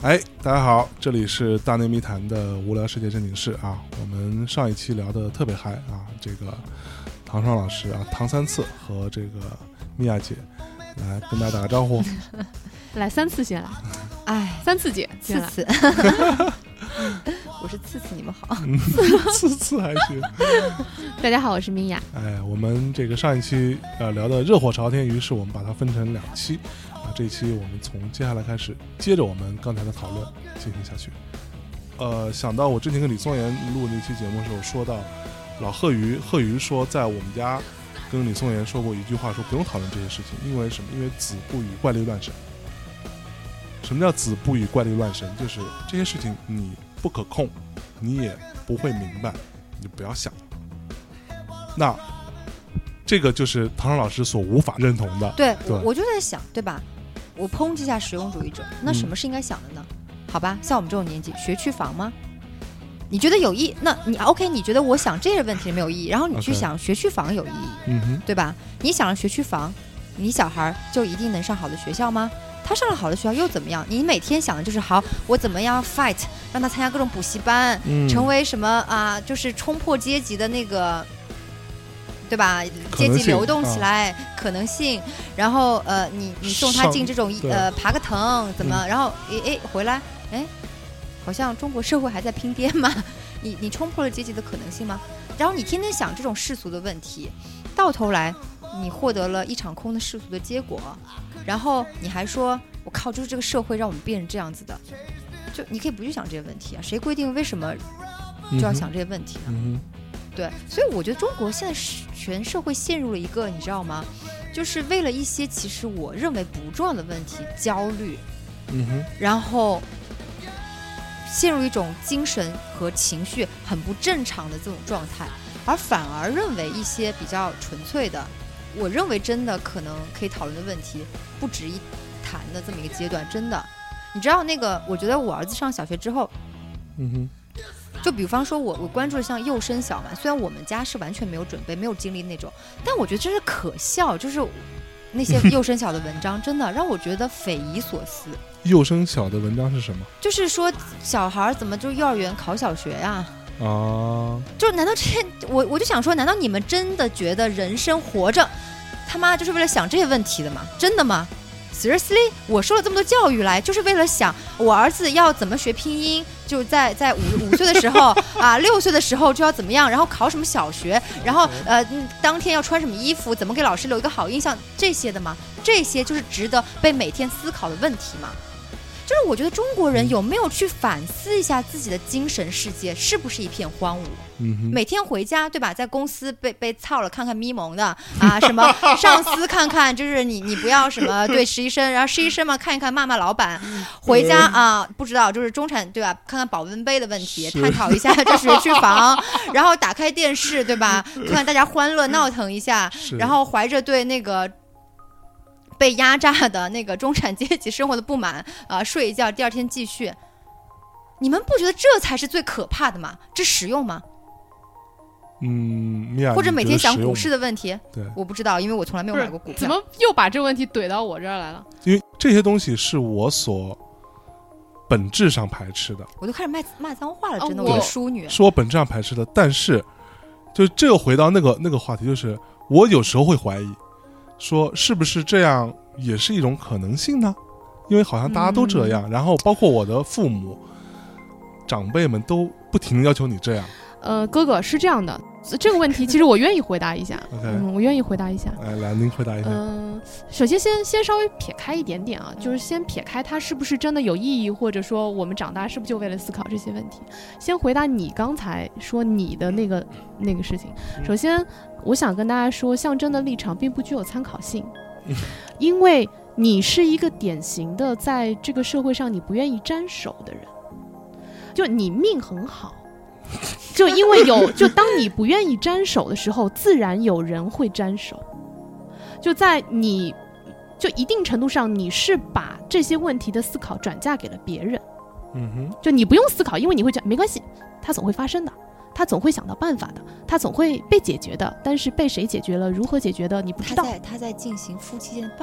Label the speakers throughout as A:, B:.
A: 大家好，这里是大内密谈的无聊世界正经事啊。我们上一期聊的特别嗨啊，这个唐双老师啊，唐三次和这个米娅姐来跟大家打个招呼。
B: 来三次先来，三次姐先来。
C: 次我是次次，你们好。
A: 次还行。
B: 大家好，我是米娅。
A: 我们这个上一期聊的热火朝天，于是我们把它分成2期啊。这一期我们从接下来开始，接着我们刚才的讨论进行下去。想到我之前跟李松岩录那期节目的时候，说到老贺鱼说，在我们家跟李松岩说过一句话，说不用讨论这些事情，因为什么？因为子不语怪力乱神。什么叫子不语怪力乱神？就是这些事情你不可控，你也不会明白，你就不要想。那这个就是唐双老师所无法认同的。
C: 对，我就在想，对吧？我抨击一下实用主义者，那什么是应该想的呢？好吧，像我们这种年纪，学区房吗？你觉得有意义？那你 OK？ 你觉得我想这些问题没有意义，然后你去想学区房有意义，对吧？你想了学区房，你小孩就一定能上好的学校吗？他上了好的学校又怎么样？你每天想的就是好，我怎么样 fight， 让他参加各种补习班，成为什么啊？就是冲破阶级的那个，对吧？阶级流动起来可能性。然后你送他进这种爬个藤怎么？然后回来好像中国社会还在拼爹嘛？你冲破了阶级的可能性吗？然后你天天想这种世俗的问题，到头来你获得了一场空的世俗的结果。然后你还说我靠，就是这个社会让我们变成这样子的，就你可以不去想这些问题啊，谁规定为什么就要想这些问题呢？对，所以我觉得中国现在全社会陷入了一个，你知道吗？就是为了一些其实我认为不重要的问题焦虑，然后陷入一种精神和情绪很不正常的这种状态，而反而认为一些比较纯粹的，我认为真的可能可以讨论的问题不值一谈的这么一个阶段。真的，你知道那个，我觉得我儿子上小学之后，就比方说我关注的像幼升小嘛，虽然我们家是完全没有准备没有经历那种，但我觉得真是可笑，就是那些幼升小的文章真的让我觉得匪夷所思。
A: 幼升小的文章是什么？就是
C: 说小孩怎么就幼儿园考小学呀？就难道这些我就想说，难道你们真的觉得人生活着他妈就是为了想这些问题的吗？真的吗？ Seriously， 我受了这么多教育来，就是为了想我儿子要怎么学拼音，就在5岁的时候啊，6岁的时候就要怎么样，然后考什么小学，然后当天要穿什么衣服，怎么给老师留一个好印象，这些的吗？这些就是值得被每天思考的问题吗？就是我觉得中国人有没有去反思一下自己的精神世界是不是一片荒芜？每天回家对吧，在公司被操了看看咪蒙的啊，什么上司看看就是你不要什么对实习生，然后实习生嘛看一看骂老板，回家啊不知道就是中产对吧，看看保温杯的问题，探讨一下这学区房，然后打开电视对吧，看看大家欢乐闹腾一下，然后怀着对那个被压榨的那个中产阶级生活的不满睡一觉，第二天继续。你们不觉得这才是最可怕的吗？这实用吗？或者每天想股市的问题，对，我不知道，因为我从来没有买过股票。
B: 怎么又把这个问题怼到我这儿来了？
A: 因为这些东西是我所本质上排斥的。
C: 我都开始骂脏话了，真的，我的淑女
A: 是我本质上排斥的。但是，就这又回到那个话题，就是我有时候会怀疑。说是不是这样也是一种可能性呢？因为好像大家都这样，然后包括我的父母长辈们都不停地要求你这样。
B: 哥哥是这样的，这个问题其实我愿意回答一下。我愿意回答一下。
A: 来，您回答一下。
B: 首先先稍微撇开一点点啊，就是先撇开它是不是真的有意义，或者说我们长大是不是就为了思考这些问题。先回答你刚才说你的那个事情。首先我想跟大家说，象征的立场并不具有参考性，因为你是一个典型的在这个社会上你不愿意沾手的人，就你命很好，就因为就当你不愿意沾手的时候，自然有人会沾手。就在你就一定程度上，你是把这些问题的思考转嫁给了别人。就你不用思考，因为你会觉得没关系，它总会发生的，他总会想到办法的，他总会被解决的。但是被谁解决了，如何解决的，你不知道。
C: 他在进行夫妻间的抱怨，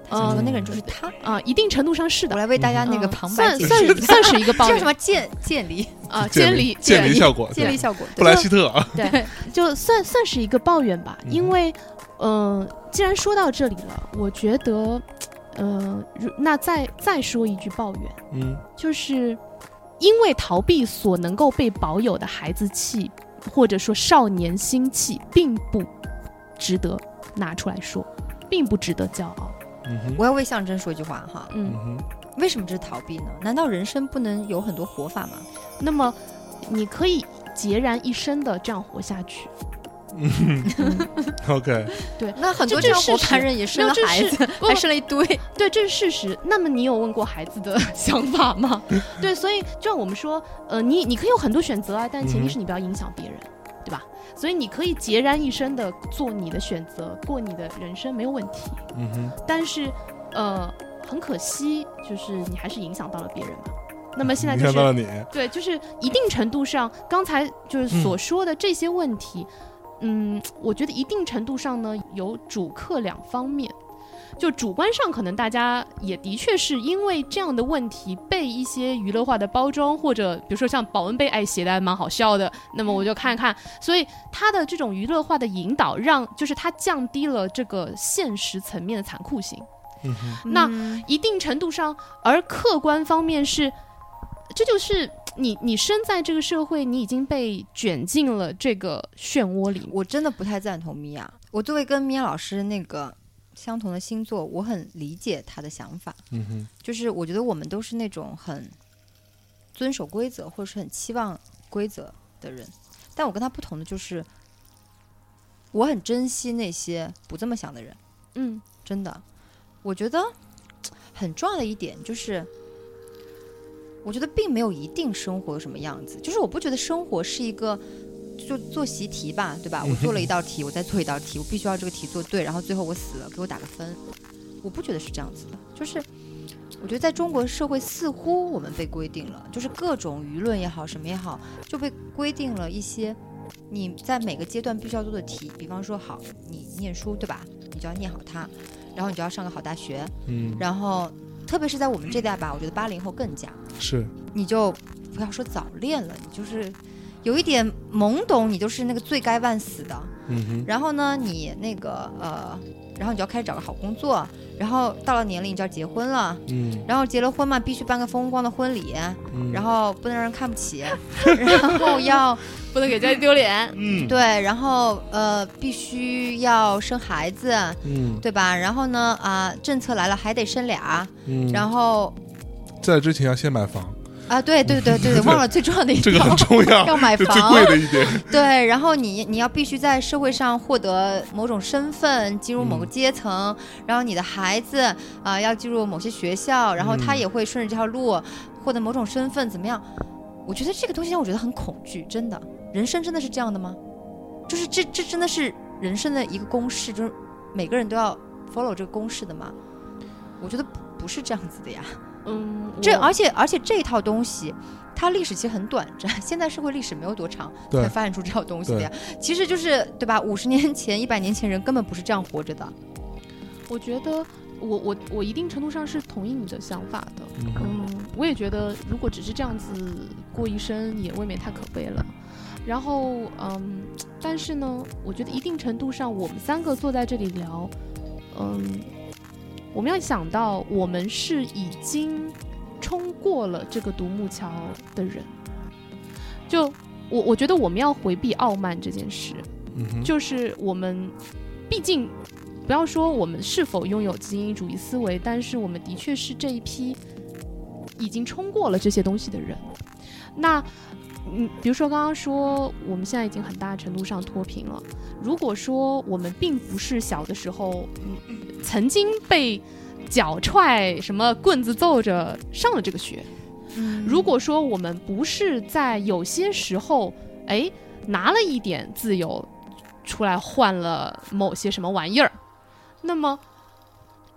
C: 他想说那个人就是他
B: 一定程度上是的。
C: 我来为大家那个旁白解释
B: 算是一个抱怨。
C: 叫什么渐离
A: 渐离效果，
C: 渐离效果。
A: 布莱希特啊，
B: 对，就算是一个抱怨吧。因为既然说到这里了，我觉得那再说一句抱怨，就是因为逃避所能够被保有的孩子气或者说少年心气，并不值得拿出来说，并不值得骄傲。
C: 我要为象征说一句话哈，为什么这是逃避呢？难道人生不能有很多活法吗？
B: 那么你可以孑然一身的这样活下去。
A: OK，
B: 对，
C: 那很多这样活法人也生了孩子，还生了一堆。
B: 对，这是事实。那么你有问过孩子的想法吗？对，所以就像我们说，你可以有很多选择啊，但前提是你不要影响别人，对吧？所以你可以孑然一身的做你的选择，过你的人生，没有问题。但是很可惜，就是你还是影响到了别人嘛。那么现在就是
A: 影响到了你，
B: 对，就是一定程度上，刚才就是所说的这些问题，我觉得一定程度上呢，有主客两方面。就主观上可能大家也的确是因为这样的问题被一些娱乐化的包装，或者比如说像保温杯写的还蛮好笑的，那么我就看看，所以他的这种娱乐化的引导就是他降低了这个现实层面的残酷性。那一定程度上，而客观方面是，这就是你身在这个社会，你已经被卷进了这个漩涡里。
C: 我真的不太赞同米娅，我作为跟米娅老师那个相同的星座，我很理解他的想法。就是我觉得我们都是那种很遵守规则或者是很期望规则的人，但我跟他不同的就是我很珍惜那些不这么想的人。真的，我觉得很重要的一点就是我觉得并没有一定生活有什么样子，就是我不觉得生活是一个就做习题吧，对吧？我做了一道题，我再做一道题，我必须要这个题做对，然后最后我死了，给我打个分。我不觉得是这样子的，就是我觉得在中国社会似乎我们被规定了，就是各种舆论也好，什么也好，就被规定了一些你在每个阶段必须要做的题。比方说，好，你念书对吧？你就要念好它，然后你就要上个好大学，然后特别是在我们这代吧，我觉得80后更加
A: 是，你
C: 就不要说早恋了，你就是有一点懵懂，你就是那个罪该万死的。然后呢，你那个然后你就要开始找个好工作，然后到了年龄你就要结婚了，然后结了婚嘛，必须办个风光的婚礼，然后不能让人看不起，然后
B: 不能给家里丢脸，
C: 对，然后必须要生孩子，对吧？然后呢政策来了还得生俩，然后
A: 在之前要先买房。
C: 对，忘了最重要的一点，
A: 这个很重要，
C: 要买房，
A: 最贵的一点。
C: 对，然后你要必须在社会上获得某种身份，进入某个阶层，然后你的孩子要进入某些学校，然后他也会顺着这条路获得某种身份，怎么样？我觉得这个东西让我觉得很恐惧，真的，人生真的是这样的吗？就是这真的是人生的一个公式，就是每个人都要 follow 这个公式的吗？我觉得不是这样子的呀。而且这套东西它历史其实很短暂，现在社会历史没有多长才发展出这套东西的呀。其实就是对吧，50年前100年前人根本不是这样活着的。
B: 我觉得我一定程度上是同意你的想法的。我也觉得如果只是这样子过一生也未免太可悲了。然后但是呢，我觉得一定程度上我们3个坐在这里聊，我们要想到我们是已经冲过了这个独木桥的人，就我觉得我们要回避傲慢这件事，就是我们毕竟不要说我们是否拥有精英主义思维，但是我们的确是这一批已经冲过了这些东西的人。那比如说刚刚说我们现在已经很大程度上脱贫了，如果说我们并不是小的时候曾经被脚踹什么棍子揍着上了这个学，如果说我们不是在有些时候拿了一点自由出来换了某些什么玩意儿，那么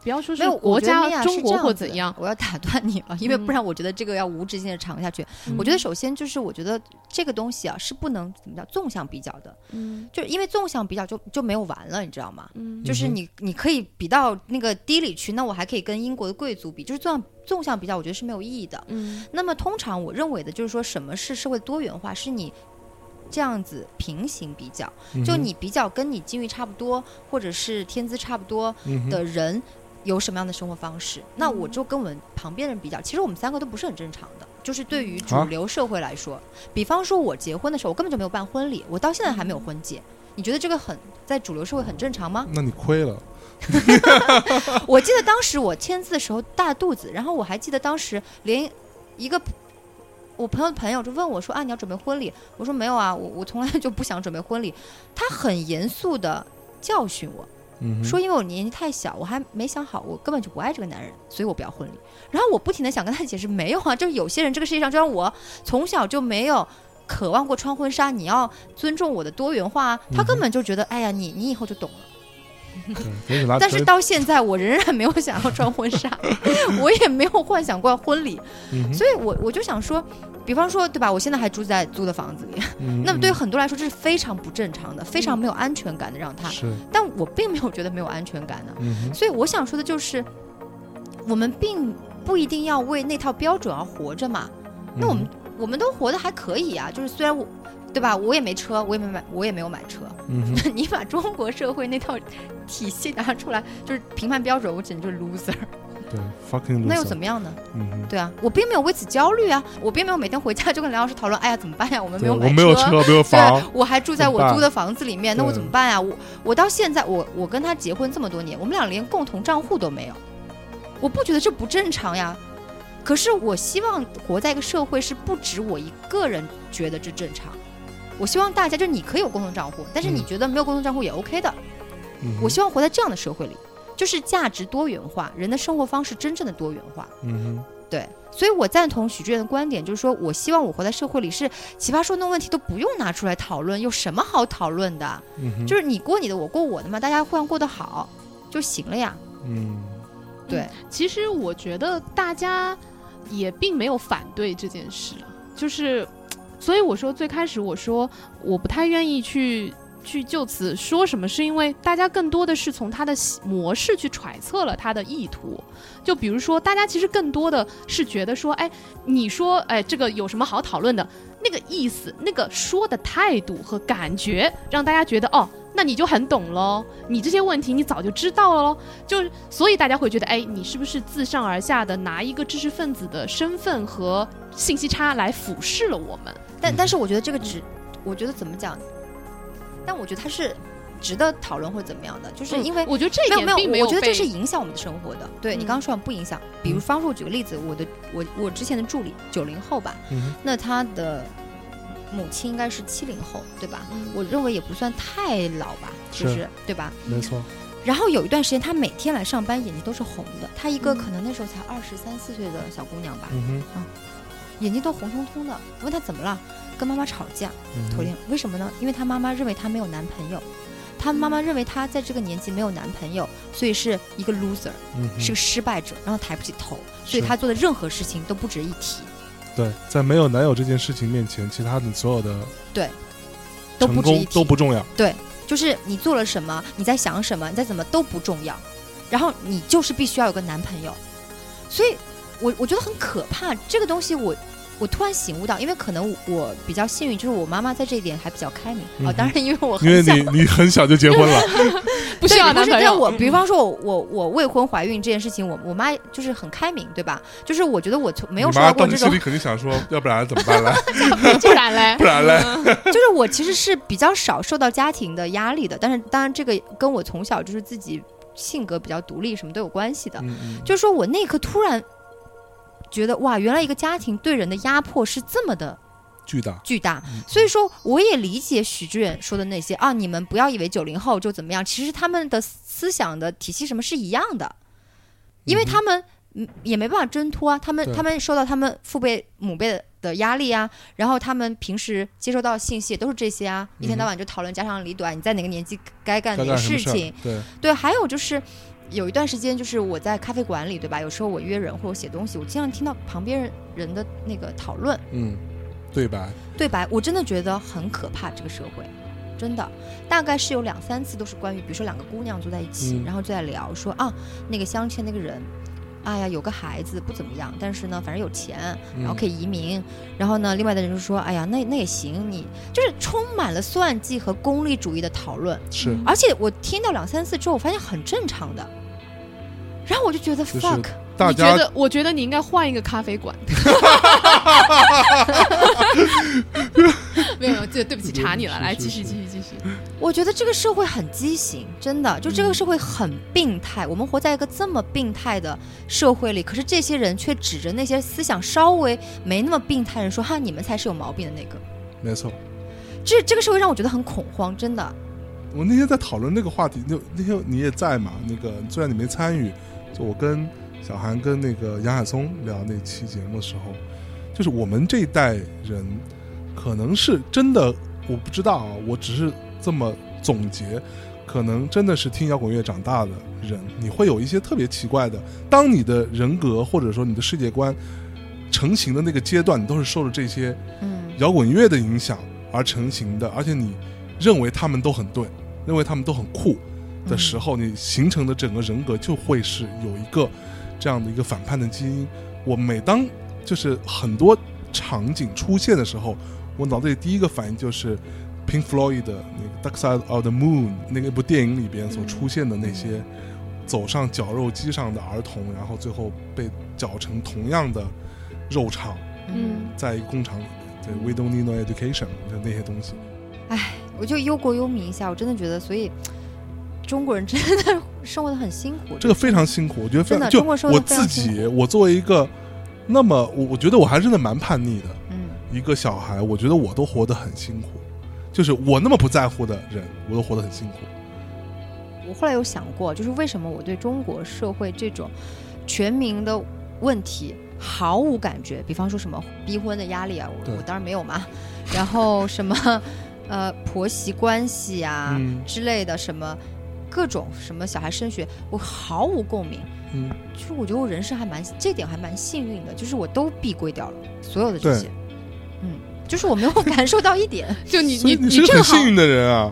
B: 不要说是
C: 没有，
B: 国家中国或
C: 或
B: 怎样。
C: 我要打断你了，因为不然我觉得这个要无止境的长下去。我觉得首先就是我觉得这个东西啊是不能怎么叫纵向比较的，就是因为纵向比较就没有完了，你知道吗？就是你可以比到那个低里去，那我还可以跟英国的贵族比，就是纵向比较，我觉得是没有意义的。那么通常我认为的就是说什么是社会多元化，是你这样子平行比较，就你比较跟你境遇差不多或者是天资差不多的人有什么样的生活方式，那我就跟我们旁边人比较，其实我们三个都不是很正常的，就是对于主流社会来说，比方说我结婚的时候我根本就没有办婚礼，我到现在还没有婚戒，你觉得这个在主流社会很正常吗？
A: 那你亏了。
C: 我记得当时我签字的时候大肚子，然后我还记得当时连一个我朋友的朋友就问我说啊，你要准备婚礼？我说没有啊，我从来就不想准备婚礼。他很严肃的教训我，说因为我年纪太小，我还没想好，我根本就不爱这个男人，所以我不要婚礼。然后我不停的想跟他解释，没有啊，就是有些人这个世界上就像我从小就没有渴望过穿婚纱，你要尊重我的多元化啊。他根本就觉得哎呀，你以后就懂了。但是到现在我仍然没有想要穿婚纱我也没有幻想过婚礼，所以我就想说，比方说对吧，我现在还住在租的房子里，那么对于很多来说这是非常不正常的，非常没有安全感的，让他但我并没有觉得没有安全感呢。所以我想说的就是我们并不一定要为那套标准而活着嘛，那我们都活得还可以啊，就是虽然我对吧，我也没车，我也没有买车。你把中国社会那套体系拿出来，就是评判标准，我简直就是 loser。
A: 对 ，fucking loser。
C: 那又怎么样呢？对啊，我并没有为此焦虑啊，我并没有每天回家就跟梁老师讨论，哎呀怎么办呀？我们没有买车，
A: 我没有车，没有房，
C: 我还住在我租的房子里面，那我怎么办呀？我到现在，我跟他结婚这么多年，我们俩连共同账户都没有，我不觉得这不正常呀。可是我希望活在一个社会是不止我一个人觉得这正常。我希望大家，就你可以有共同账户，但是你觉得没有共同账户也 OK 的。我希望活在这样的社会里，就是价值多元化，人的生活方式真正的多元化。对，所以我赞同许志远的观点，就是说我希望我活在社会里是奇葩说那问题都不用拿出来讨论，有什么好讨论的？就是你过你的，我过我的嘛，大家互相过得好就行了呀。对，
B: 其实我觉得大家也并没有反对这件事，就是所以我说最开始我说我不太愿意去就此说什么，是因为大家更多的是从他的模式去揣测了他的意图。就比如说大家其实更多的是觉得说，哎，你说哎这个有什么好讨论的，那个意思那个说的态度和感觉让大家觉得哦那你就很懂咯，你这些问题你早就知道了咯，就所以大家会觉得哎你是不是自上而下的拿一个知识分子的身份和信息差来俯视了我们。
C: 但是我觉得这个我觉得怎么讲，但我觉得它是值得讨论或者怎么样的，就是因为
B: 我觉得这一点并没有，
C: 我觉得这是影响我们的生活的。对，你刚刚说不影响，比如方说我举个例子，我之前的助理90后吧，那他的母亲应该是70后，对吧？我认为也不算太老吧，就是对吧？
A: 没错。
C: 然后有一段时间，他每天来上班眼睛都是红的，他一个可能那时候才23、24岁的小姑娘吧，眼睛都红彤彤的。我问他怎么了，跟妈妈吵架，头天为什么呢？因为他妈妈认为他没有男朋友，他妈妈认为他在这个年纪没有男朋友，所以是一个 loser，是个失败者，然后抬不起头，所以他做的任何事情都不值一提。
A: 对，在没有男友这件事情面前，其他的所有的
C: 对都不值一提，
A: 都不重要。
C: 对，就是你做了什么，你在想什么，你在怎么都不重要，然后你就是必须要有个男朋友。所以我觉得很可怕，这个东西我突然醒悟到，因为可能我比较幸运，就是我妈妈在这一点还比较开明当然因为我很小，
A: 因为你很小就结婚了
B: 不需要男朋友。
C: 我比方说我未婚怀孕这件事情，我妈就是很开明，对吧？就是我觉得我没有受到过这种，
A: 你妈当时心里肯定想说要不然怎么办呢
B: 不然嘞
C: 就是我其实是比较少受到家庭的压力的，但是当然这个跟我从小就是自己性格比较独立什么都有关系的。就是说我那一刻突然觉得哇，原来一个家庭对人的压迫是这么的巨大。所以说我也理解许志远说的那些你们不要以为90后就怎么样，其实他们的思想的体系什么是一样的，因为他们也没办法挣脱他们受到他们父辈母辈的压力啊，然后他们平时接收到信息也都是这些一天到晚就讨论家长里短，你在哪个年纪该干哪个事情。对，还有就是有一段时间就是我在咖啡馆里，对吧？有时候我约人或者写东西，我经常听到旁边人的那个讨论，
A: 对白，
C: 我真的觉得很可怕。这个社会真的大概是有2-3次都是关于，比如说2个姑娘坐在一起，然后就在聊说啊，那个相亲那个人，哎呀有个孩子不怎么样，但是呢反正有钱，然后可以移民，然后呢另外的人就说，哎呀那也行，你就是充满了算计和功利主义的讨论。
A: 是，
C: 而且我听到2-3次之后，我发现很正常的，然后我就觉得 fuck。
A: 大家
B: 我觉得你应该换一个咖啡馆。没有，对不起，查你了。来，继续。
C: 我觉得这个社会很畸形，真的，就这个社会很病态。我们活在一个这么病态的社会里，可是这些人却指着那些思想稍微没那么病态的人说：“哈，你们才是有毛病的那个。”
A: 没错，
C: 这个社会让我觉得很恐慌，真的。
A: 我那天在讨论那个话题，那天你也在嘛？那个虽然你没参与，就我跟小韩跟那个杨海松聊那期节目的时候，就是我们这一代人可能是真的，我不知道啊，我只是这么总结，可能真的是听摇滚乐长大的人，你会有一些特别奇怪的，当你的人格或者说你的世界观成型的那个阶段，你都是受着这些摇滚乐的影响而成型的，而且你认为他们都很对，认为他们都很酷的时候，你形成的整个人格就会是有一个这样的一个反叛的基因。我每当就是很多场景出现的时候，我脑子里第一个反应就是 Pink Floyd 的那个 Dark Side of the Moon 那个部电影里边所出现的那些走上绞肉机上的儿童，然后最后被绞成同样的肉肠，在一个工厂里面，对 We don't need no education 的那些东西。
C: 哎，我就忧国忧民一下，我真的觉得，所以中国人真的生活的很辛苦，
A: 这个非常辛苦，我觉得非常，
C: 就
A: 我自己，我作为一个那么我觉得我还真的蛮叛逆的，一个小孩，我觉得我都活得很辛苦，就是我那么不在乎的人，我都活得很辛苦。
C: 我后来有想过，就是为什么我对中国社会这种全民的问题毫无感觉，比方说什么逼婚的压力啊，我当然没有嘛，然后什么婆媳关系啊之类的，什么各种什么小孩升学，我毫无共鸣。就是我觉得我人生这点还蛮幸运的，就是我都避归掉了所有的这些，就是我没有感受到一点。
B: 就你
A: 是个很幸运的人啊。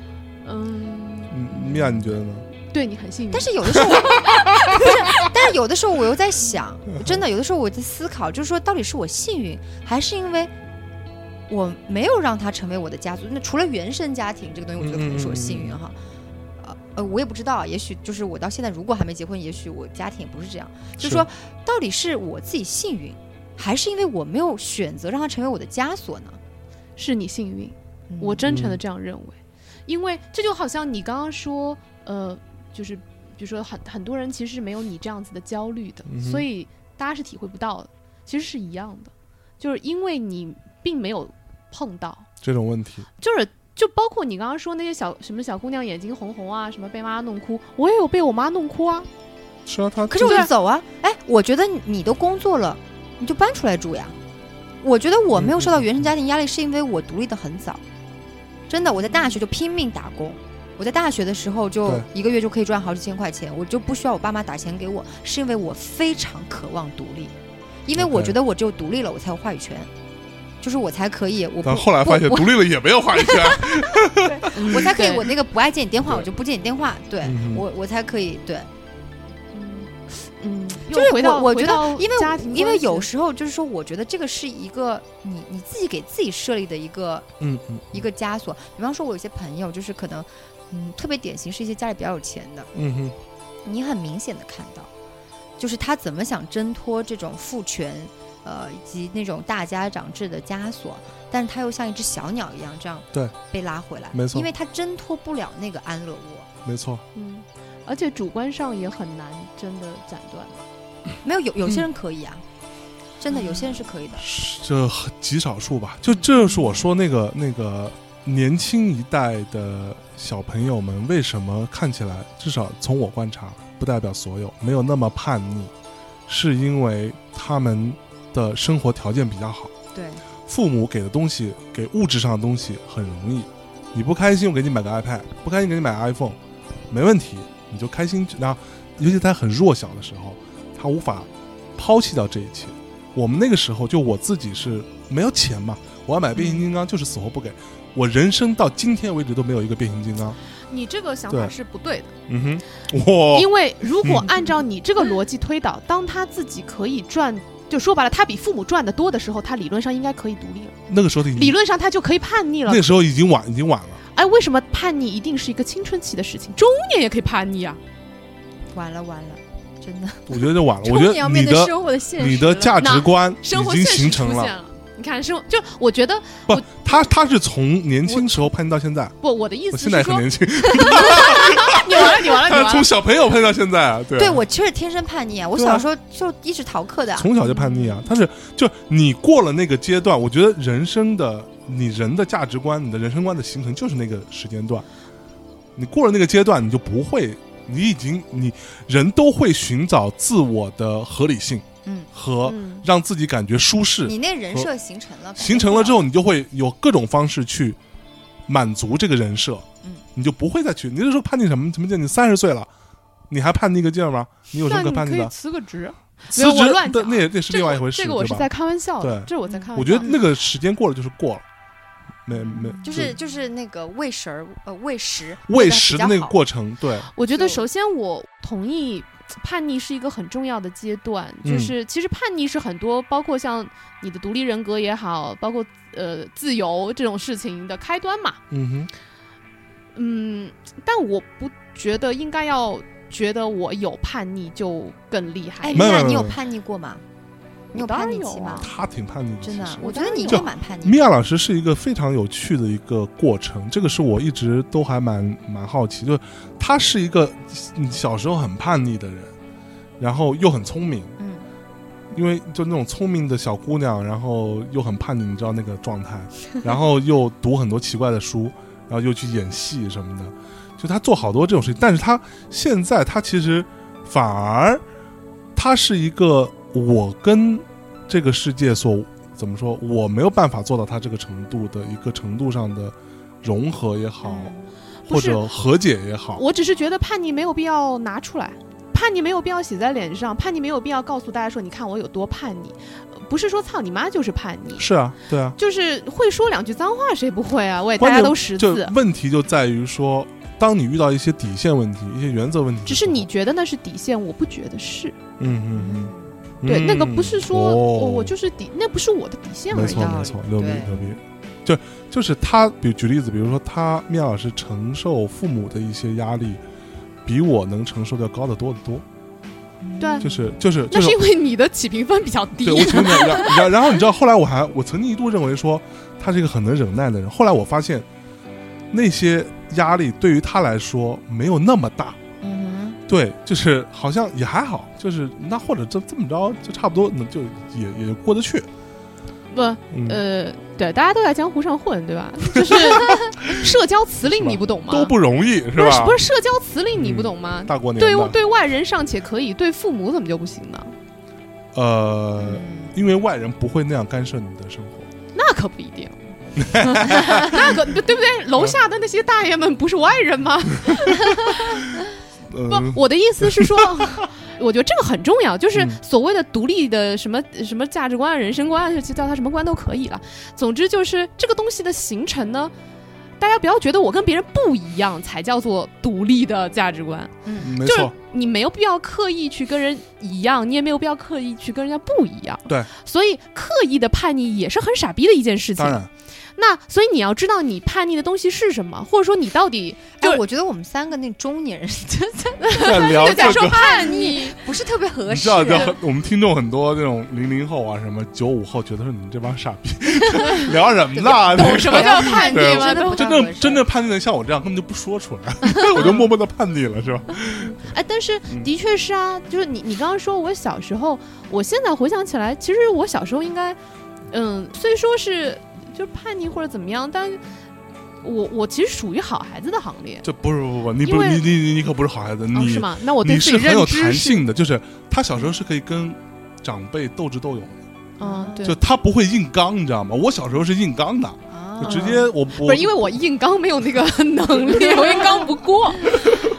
A: 米娅，你觉得呢？
B: 对，你很幸运。
C: 但是有的时候但是有的时候我又在想，真的有的时候我在思考，就是说到底是我幸运，还是因为我没有让他成为我的家族？那除了原生家庭这个东西，我觉得可能是我幸运哈。我也不知道，也许就是我到现在如果还没结婚，也许我家庭也不是这样。就是说，到底是我自己幸运，还是因为我没有选择让他成为我的枷锁呢？
B: 是你幸运，我真诚的这样认为。因为这就好像你刚刚说，就是比如说很多人其实是没有你这样子的焦虑的，所以大家是体会不到的。其实是一样的，就是因为你并没有碰到
A: 这种问题，
B: 就包括你刚刚说那些什么小姑娘眼睛红红啊，什么被妈妈弄哭，我也有被我妈弄哭啊。
A: 是啊，
C: 可是我就走啊。哎，我觉得你都工作了，你就搬出来住呀。我觉得我没有受到原生家庭压力，是因为我独立的很早。真的，我在大学就拼命打工。我在大学的时候就1个月就可以赚好几千块钱，我就不需要我爸妈打钱给我，是因为我非常渴望独立，因为我觉得我只有独立了，我才有话语权。就是我才可以，但
A: 后来发现独立了也没有话语权，
C: 我才可以，我那个不爱接你电话，我就不接你电话，对我才可以，对，就是我觉得，因为有时候就是说，我觉得这个是一个你自己给自己设立的一个一个枷锁。比方说，我有些朋友就是可能特别典型是一些家里比较有钱的，你很明显的看到，就是他怎么想挣脱这种父权。以及那种大家长制的枷锁，但是他又像一只小鸟一样这样被拉回来，
A: 没错，
C: 因为他挣脱不了那个安乐窝，
A: 没错，
B: 而且主观上也很难真的斩断。
C: 没有些人可以啊，真的有些人是可以的，
A: 这极少数吧。就这就是我说那个年轻一代的小朋友们为什么看起来，至少从我观察，不代表所有，没有那么叛逆，是因为他们的生活条件比较好，
C: 对，
A: 父母给的东西，给物质上的东西很容易。你不开心，我给你买个 iPad； 不开心，给你买个 iPhone，没问题。 你就开心。然后，尤其他很弱小的时候，他无法抛弃掉这一切。我们那个时候，就我自己是没有钱嘛，我要买变形金刚就是死活不给。我人生到今天为止都没有一个变形金刚。
B: 你这个想法是不对的。
A: 嗯哼，
B: 因为如果按照你这个逻辑推导，当他自己可以赚，就说白了，他比父母赚的多的时候，他理论上应该可以独立了。
A: 那个时候
B: 理论上他就可以叛逆了。
A: 那个时候已经晚了。
B: 哎，为什么叛逆一定是一个青春期的事情？中年也可以叛逆啊！
C: 完了，真的，
A: 我觉得就晚了。我觉得你的价值观已经形成了。
B: 你看，就我觉得
A: 不，他是从年轻时候叛逆到现在。
B: 不，我的意思是
A: 说，我现在很年轻。
B: 你完了！
A: 他从小朋友叛逆到现在啊，对，
C: 我确实天生叛逆啊！我小时候就一直逃课的，
A: 从小就叛逆啊。就你过了那个阶段，我觉得人生的你人的价值观、你的人生观的形成就是那个时间段。你过了那个阶段，你就不会，你人都会寻找自我的合理性。和让自己感觉舒适，
C: 你那人设形
A: 成了之后，你就会有各种方式去满足这个人设，你就不会再去。你那时候叛逆什么劲？你30岁了，你还叛逆个劲吗？你有什么可叛逆的？
B: 你可以辞个职，
A: 辞职
B: 乱讲，
A: 那是另外一回事。
B: 这个我是在开玩笑的，这我在开玩笑。
A: 我觉得那个时间过了就是过了，没，
C: 就是那个喂食
A: 的那个过程。对，
B: 我觉得首先我同意。叛逆是一个很重要的阶段，就是其实叛逆是很多，包括像你的独立人格也好，包括自由这种事情的开端嘛。但我不觉得应该要觉得我有叛逆就更厉害。
C: 你有叛逆过吗？你有叛逆期吗？
A: 他挺叛逆的，
C: 真的，我觉得你应该蛮叛逆的。
A: 米娅老师是一个非常有趣的一个过程，这个是我一直都还蛮好奇，就是他是一个小时候很叛逆的人，然后又很聪明，因为就那种聪明的小姑娘，然后又很叛逆，你知道那个状态，然后又读很多奇怪的书，然后又去演戏什么的，就他做好多这种事情，但是他现在他其实反而他是一个。我跟这个世界怎么说，我没有办法做到他这个程度的一个程度上的融合也好，或者和解也好。
B: 我只是觉得叛逆没有必要拿出来，叛逆没有必要写在脸上，叛逆没有必要告诉大家说你看我有多叛逆，不是说操你妈就是叛逆。
A: 是啊，对啊，
B: 就是会说2句脏话谁不会啊？大家都识字。
A: 问题就在于说，当你遇到一些底线问题、一些原则问题，
B: 只是你觉得那是底线，我不觉得是。对，那个不是说我就是那不是我的底线而已。
A: 没错，牛逼。就是他，举例子，比如说米娅老师承受父母的一些压力，比我能承受的要高得多得多。
B: 对，
A: 就是
B: 那是因为你的起评分比较低。
A: 对，我起评分然后你知道，后来我曾经一度认为说他是一个很能忍耐的人，后来我发现那些压力对于他来说没有那么大。对，就是好像也还好，就是那或者这么着就差不多，就也过得去。
B: 不，对，大家都在江湖上混，对吧？就是社交辞令，你不懂吗？
A: 都不容易，是吧？
B: 不是社交辞令，你不懂吗？
A: 大过年
B: 对外人尚且可以，对父母怎么就不行呢？
A: 因为外人不会那样干涉你的生活。
B: 那可不一定。那个对不对？楼下的那些大爷们不是外人吗？不，我的意思是说，我觉得这个很重要，就是所谓的独立的什么价值观、人生观，就叫它什么观都可以了。总之就是这个东西的形成呢，大家不要觉得我跟别人不一样才叫做独立的价值观。
A: 没错，就是
B: 你没有必要刻意去跟人一样，你也没有必要刻意去跟人家不一样。
A: 对，
B: 所以刻意的叛逆也是很傻逼的一件事情。
A: 当然。
B: 那所以你要知道你叛逆的东西是什么，或者说你到底
C: 我觉得我们3个那中年人
A: 在聊
B: 在说叛逆
C: 不是特别合适。
A: 你知道我们听众很多那种00后啊，什么95后，觉得说你们这帮傻逼聊什么呢？
B: 懂什么叫叛逆吗？
A: 真正叛逆的像我这样根本就不说出来，我就默默的叛逆了，是吧？
B: 但是的确是啊，就是你刚刚说我小时候，我现在回想起来，其实我小时候应该虽说是就是叛逆或者怎么样，但我其实属于好孩子的行列。
A: 这不，你可不是好孩子，你
B: 是吗？那我对自己
A: 你是很有弹性的，就是他小时候是可以跟长辈斗智斗勇的，
B: 对，
A: 就他不会硬刚，你知道吗？我小时候是硬刚的，就直接我
B: 不是因为我硬刚没有那个能力，我硬刚不过。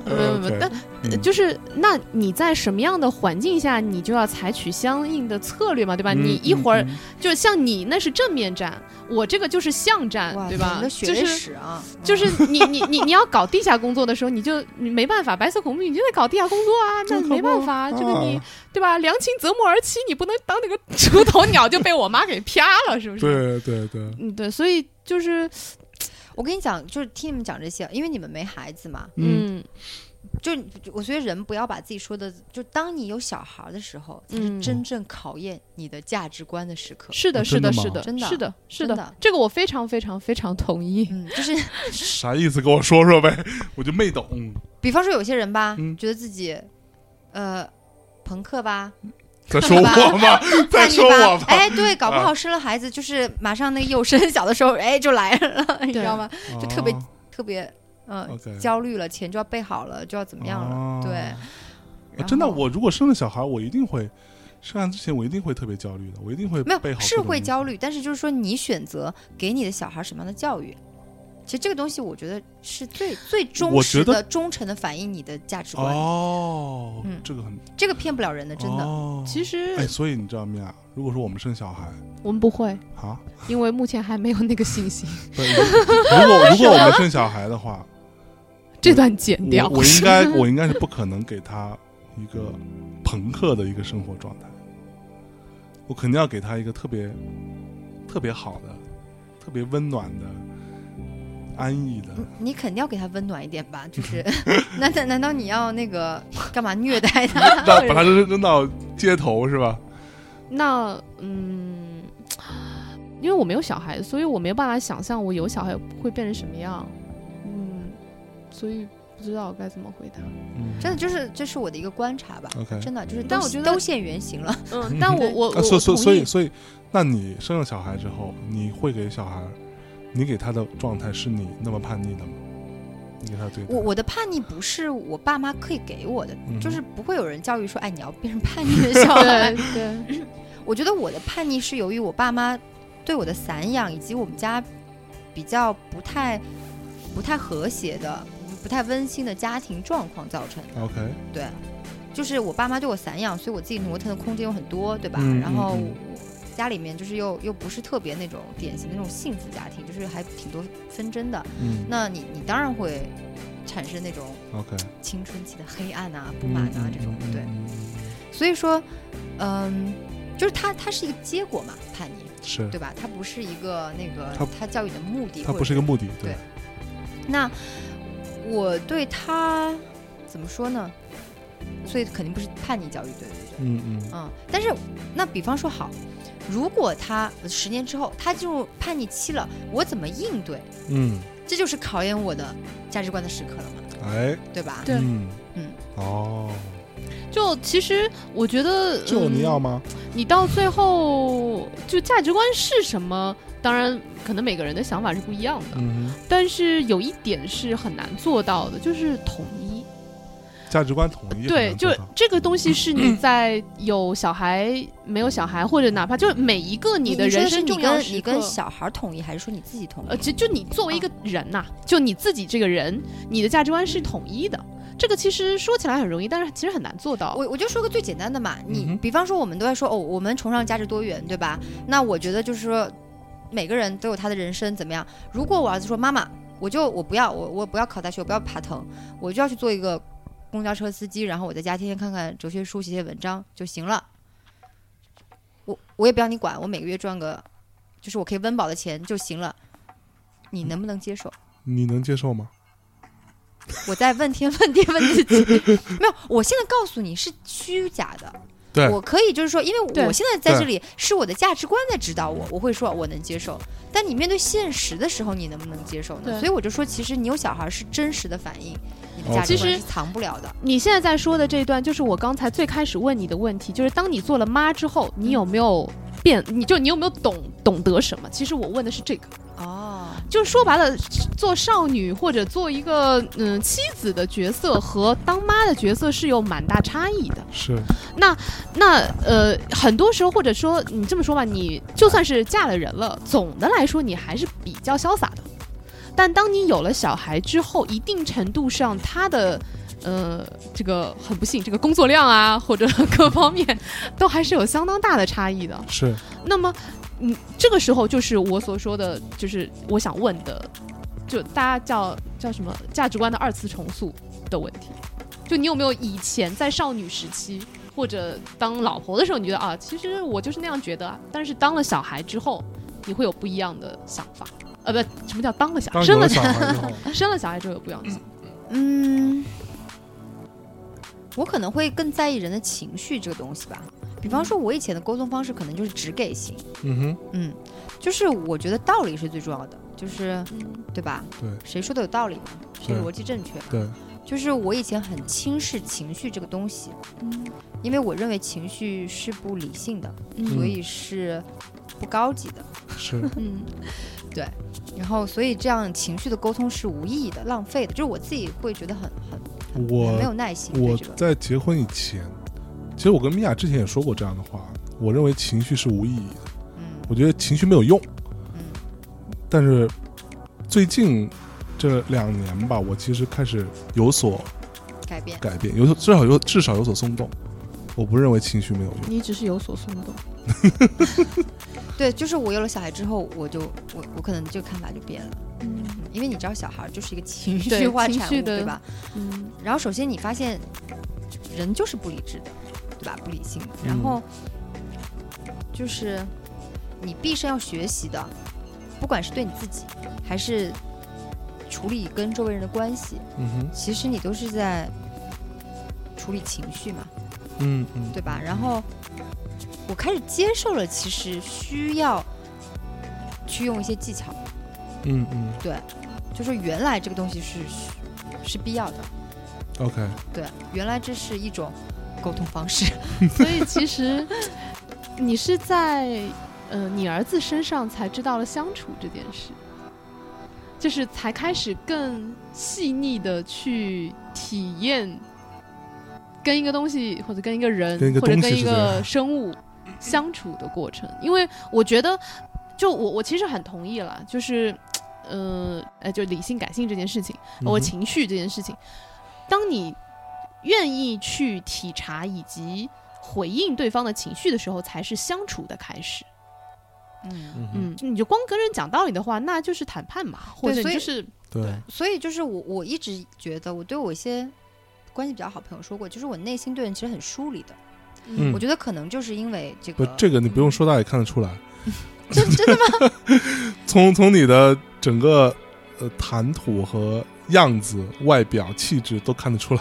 B: 但就是那你在什么样的环境下，你就要采取相应的策略嘛，对吧？你一会儿就像你那是正面战，我这个就是巷战，对吧？
C: 你的血泪史啊，
B: 就是你要搞地下工作的时候，你没办法，白色恐怖你就得搞地下工作啊，那没办法，这个你对吧？良禽择木而栖，你不能当那个出头鸟就被我妈给啪了，是不是？
A: 对，
B: 对，所以就是。
C: 我跟你讲，就是听你们讲这些，因为你们没孩子嘛，就我觉得人不要把自己说的，就当你有小孩的时候，才是真正考验你的价值观的时刻。
B: 是的，
C: 真的，
B: 这个我非常非常非常同意。
C: 就是
A: 啥意思？跟我说说呗，我就没懂。
C: 比方说有些人吧，觉得自己，朋克吧。
A: 在说我吗？在说我吗？
C: 哎，对，搞不好生了孩子，就是马上那个幼生小的时候，哎，就来了，你知道吗？就特别焦虑了，钱就要备好了，就要怎么样了？对，
A: 真的，我如果生了小孩，我一定会生孩之前，我一定会特别焦虑的，我一定会备好。
C: 是会焦虑，但是就是说，你选择给你的小孩什么样的教育。其实这个东西，我觉得是最忠实的、忠诚的反映你的价值观。这个骗不了人的，真的。
B: 其实，
A: 所以你知道米娅，如果说我们生小孩，
B: 我们不会
A: 啊，
B: 因为目前还没有那个信心。
A: 如果我们生小孩的话，
B: 这段剪掉。
A: 我应该是不可能给他一个朋克的一个生活状态，我肯定要给他一个特别特别好的、特别温暖的。安逸的，
C: 你肯定要给他温暖一点吧？就是难道你要那个干嘛虐待他？
A: 把他扔到街头是吧？
B: 那因为我没有小孩，所以我没有办法想象我有小孩会变成什么样。所以不知道该怎么回答。
C: 真的就是这是我的一个观察吧。真的就是，
B: 但我觉得
C: 都现原形了。
B: 但我
A: 所以，那你生了小孩之后，你会给小孩？你给他的状态是你那么叛逆的吗？你给他对
C: 我的叛逆不是我爸妈可以给我的，就是不会有人教育说，哎，你要变成叛逆的小孩。
B: 对，
C: 我觉得我的叛逆是由于我爸妈对我的散养，以及我们家比较不太和谐的、不太温馨的家庭状况造成的。
A: OK，
C: 对，就是我爸妈对我散养，所以我自己挪腾的空间有很多，对吧？然后。家里面就是又不是特别那种典型的那种幸福家庭，就是还挺多纷争的。那你当然会产生那种青春期的黑暗啊、不满啊这种。对，所以说，就是它是一个结果嘛，叛逆
A: 是
C: 对吧？它不是一个那个它教育的目的，
A: 它不是一个目的。
C: 对。那我对他怎么说呢？所以肯定不是叛逆教育，对。但是那比方说好。如果他10年之后他进入叛逆期了，我怎么应对？这就是考验我的价值观的时刻了嘛？
A: 哎，
C: 对吧？
B: 对，就其实我觉得，
A: 就你要吗？
B: 你到最后就价值观是什么？当然，可能每个人的想法是不一样的。但是有一点是很难做到的，就是统一。
A: 价值观统一，
B: 对，就这个东西是你在有小孩、没有小孩，或者哪怕就每一个你的人生重要时刻，
C: 你跟小孩统一，还是说你自己统一？
B: 就你作为一个人呐，就你自己这个人，你的价值观是统一的。这个其实说起来很容易，但是其实很难做到。
C: 我就说个最简单的嘛，你比方说我们都在说我们崇尚价值多元，对吧？那我觉得就是说每个人都有他的人生怎么样？如果我儿子说妈妈，我不要考大学，我不要爬藤，我就要去做一个公交车司机，然后我在家天天看看哲学书，写写文章就行了。我也不要你管，我每个月赚个就是我可以温饱的钱就行了。你能不能接受？
A: 你能接受吗？
C: 我在问天问地问自己，没有，我现在告诉你是虚假的。
A: 对，
C: 我可以就是说，因为我现在在这里是我的价值观在指导我，我会说我能接受。但你面对现实的时候，你能不能接受呢？所以我就说，其实你有小孩是真实的反应，你的价值观是藏不了的。
B: 你现在在说的这一段，就是我刚才最开始问你的问题，就是当你做了妈之后，你有没有变？你有没有懂得什么？其实我问的是这个。就是说白了，做少女或者做一个妻子的角色和当妈的角色是有蛮大差异的。
A: 是。
B: 那很多时候，或者说你这么说吧，你就算是嫁了人了，总的来说你还是比较潇洒的。但当你有了小孩之后，一定程度上他的这个很不幸，这个工作量啊或者各方面都还是有相当大的差异的。
A: 是。
B: 那么这个时候就是我所说的，就是我想问的，就大家叫什么价值观的二次重塑的问题。就你有没有以前在少女时期或者当老婆的时候，你觉得啊，其实我就是那样觉得啊，但是当了小孩之后，你会有不一样的想法？不，什么叫当了小孩？生了小孩之后，生了小孩之后有不一样的想法。
C: 我可能会更在意人的情绪这个东西吧。比方说，我以前的沟通方式可能就是只给型。就是我觉得道理是最重要的，就是对吧？
A: 对，
C: 谁说的有道理嘛？谁逻辑正确？
A: 对。
C: 就是我以前很轻视情绪这个东西，因为我认为情绪是不理性的，所以是不高级的。
A: 是，
C: 对。然后，所以这样情绪的沟通是无意义的、浪费的，就是我自己会觉得很没有耐心。
A: 我在结婚以前，其实我跟米娅之前也说过这样的话，我认为情绪是无意义的，我觉得情绪没有用。但是最近这2年吧，我其实开始有所改变，至少有所松动。我不认为情绪没有用，
B: 你只是有所松动。
C: 对，就是我有了小孩之后，我可能这个看法就变了。因为你知道，小孩就是一个情绪化产物，对吧？然后首先你发现人就是不理智的，对吧？不理性的。然后就是你毕生要学习的，不管是对你自己还是处理跟周围人的关系，其实你都是在处理情绪嘛，对吧？然后我开始接受了，其实需要去用一些技巧，对，就是原来这个东西是必要的
A: ，OK，
C: 对，原来这是一种沟通方式，
B: 所以其实你是在你儿子身上才知道了相处这件事。就是才开始更细腻的去体验跟一个东西或者跟一个人或者跟一个生物相处的过程。因为我觉得就我其实很同意了，就是就理性感性这件事情，我情绪这件事情，当你愿意去体察以及回应对方的情绪的时候，才是相处的开始。你就光跟人讲道理的话，那就是谈判嘛，或者就是
A: 对，
C: 所以就是我一直觉得，我对我一些关系比较好朋友说过，就是我内心对人其实很疏离的。我觉得可能就是因为这个，
A: 这个你不用说，大家也看得出来。
C: 真的吗？
A: 从你的整个谈吐和样子、外表、气质都看得出来。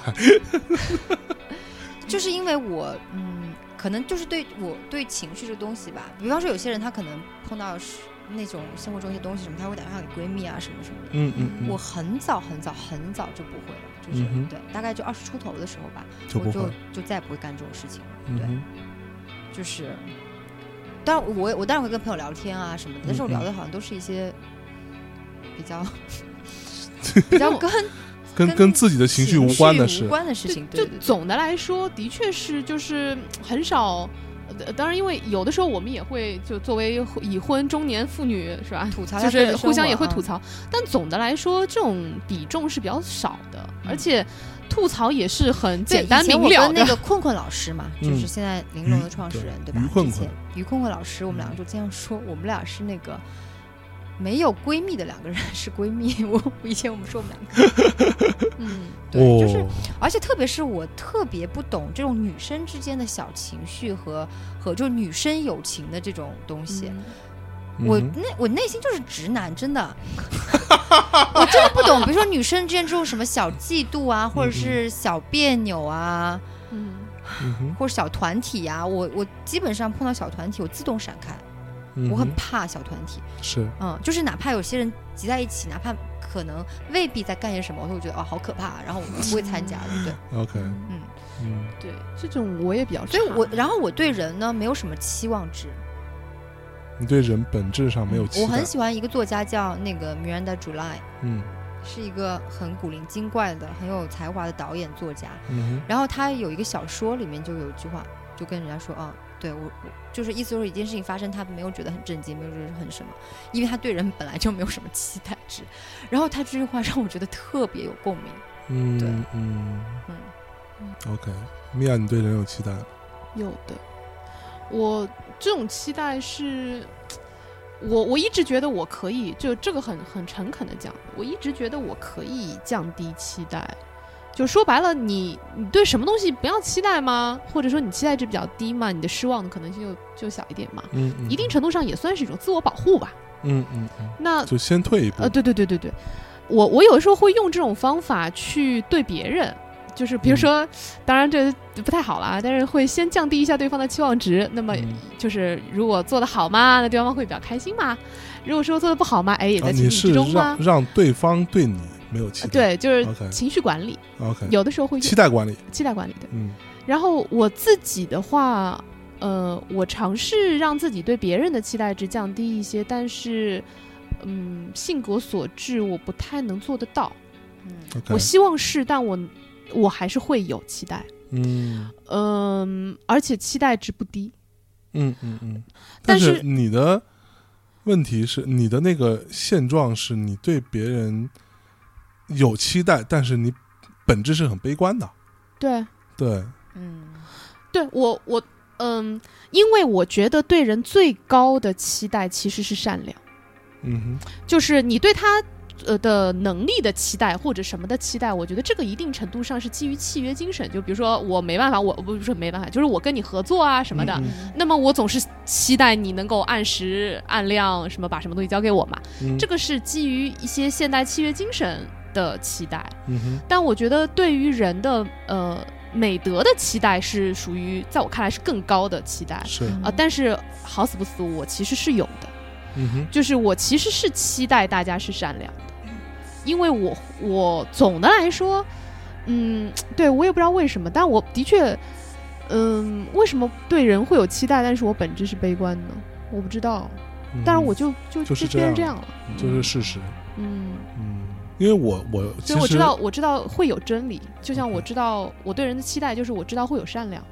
C: 就是因为我可能就是对情绪这个东西吧，比方说有些人他可能碰到那种生活中一些东西什么，他会打电话给闺蜜啊什么什么的。我很早就不会了，就是对，大概就20出头的时候吧，就再也不会干这种事情了。对，就是，当然我当然会跟朋友聊天啊什么的，但是我聊的好像都是一些比较
A: 跟自己的情绪无关的
C: 事情。
B: 就总的来说，的确是就是很少。当然，因为有的时候我们也会就作为已婚中年妇女是吧，
C: 吐槽，
B: 就是互相也会吐槽。但总的来说，这种比重是比较少的，而且吐槽也是很简单明了的。
C: 以前我跟那个困困老师嘛，就是现在玲珑的创始人，对吧？于困困老师，我们两个就这样说，我们俩是那个没有闺蜜的2个人是闺蜜。以前我们说我们2个，对，就是，而且特别是我特别不懂这种女生之间的小情绪和就女生友情的这种东西。我内心就是直男，真的，我真的不懂。比如说女生之间这种什么小嫉妒啊，或者是小别扭啊，或者小团体啊，我基本上碰到小团体，我自动闪开。我很怕小团体，
A: 是，
C: 就是哪怕有些人集在一起，哪怕可能未必在干些什么，我会觉得好可怕，然后我不会参加的，对。
A: OK，
B: 对，这种我也比较差，
C: 所以然后我对人呢没有什么期望值。
A: 你对人本质上没有期待。
C: 我很喜欢一个作家叫那个 Miranda July，是一个很古灵精怪的、很有才华的导演作家。然后他有一个小说里面就有一句话，就跟人家说对，我就是意思就是一件事情发生，他没有觉得很震惊，没有觉得很什么，因为他对人本来就没有什么期待值。然后他这句话让我觉得特别有共鸣。
A: OK， 米娅，你对人有期待？
B: 有的，我这种期待是，我一直觉得我可以，就这个很诚恳的讲，我一直觉得我可以降低期待。就说白了，你对什么东西不要期待吗？或者说你期待值比较低嘛，你的失望的可能性就小一点嘛。一定程度上也算是一种自我保护吧。那
A: 就先退一步。
B: 对，我有的时候会用这种方法去对别人。就是比如说，当然这不太好啦，但是会先降低一下对方的期望值。那么就是如果做得好嘛，那对方会比较开心嘛。如果说做得不好嘛，哎，也在情理之中嘛。
A: 你是让对方对你没有期待？
B: 对，就是情绪管理。
A: OK，
B: 有的时候会
A: 期待管理。
B: 对。然后我自己的话，我尝试让自己对别人的期待值降低一些，但是，性格所致，我不太能做得到。我希望是，但我还是会有期待，而且期待值不低，
A: 但是你的问题是，你的那个现状是你对别人有期待，但是你本质是很悲观的。
B: 对，
A: 对，
B: 我因为我觉得对人最高的期待其实是善良，就是你对他的能力的期待或者什么的期待，我觉得这个一定程度上是基于契约精神。就比如说我没办法，我不是说没办法，就是我跟你合作啊什么的，那么我总是期待你能够按时按量什么把什么东西交给我嘛，这个是基于一些现代契约精神的期待。但我觉得对于人的美德的期待是属于在我看来是更高的期待，
A: 是
B: 但是好死不死我其实是有的。就是我其实是期待大家是善良的，因为我总的来说，对，我也不知道为什么，但我的确，为什么对人会有期待，但是我本质是悲观呢？我不知道，但是我就是变成这样了，
A: 就是事实。因为我
B: 所以我知道会有真理，就像我知道我对人的期待就是我知道会有善良，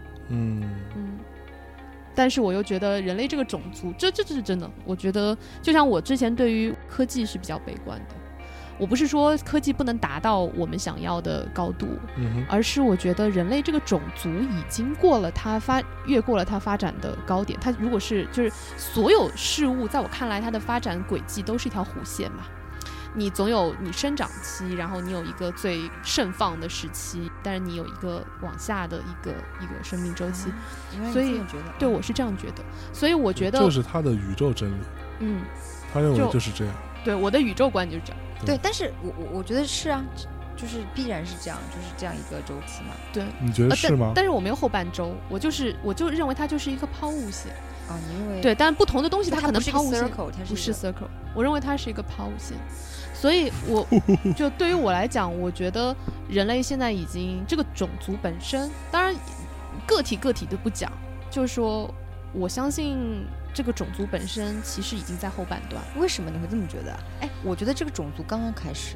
B: 但是我又觉得人类这个种族，这是真的。我觉得就像我之前对于科技是比较悲观的，我不是说科技不能达到我们想要的高度，而是我觉得人类这个种族已经越过了它发展的高点。它如果是就是所有事物，在我看来，它的发展轨迹都是一条弧线嘛。你总有你生长期，然后你有一个最盛放的时期，但是你有一个往下的一个生命周期，所以对我是这样觉得，所以我觉得
A: 这是他的宇宙真理，他认为就是这样，
B: 对，我的宇宙观就是这样，
C: 对，但是我觉得是啊，就是必然是这样，就是这样一个周期嘛，
B: 对，
A: 你觉得是吗？
B: 但是我没有后半周，我就认为它就是一个抛物线。
C: 你认为
B: 对，但不同的东西它可能抛物线
C: 不是
B: circle， 我认为它是一个抛物线。所以我就对于我来讲，我觉得人类现在已经这个种族本身，当然个体都不讲，就是说我相信这个种族本身其实已经在后半段。
C: 为什么你会这么觉得？我觉得这个种族刚刚开始。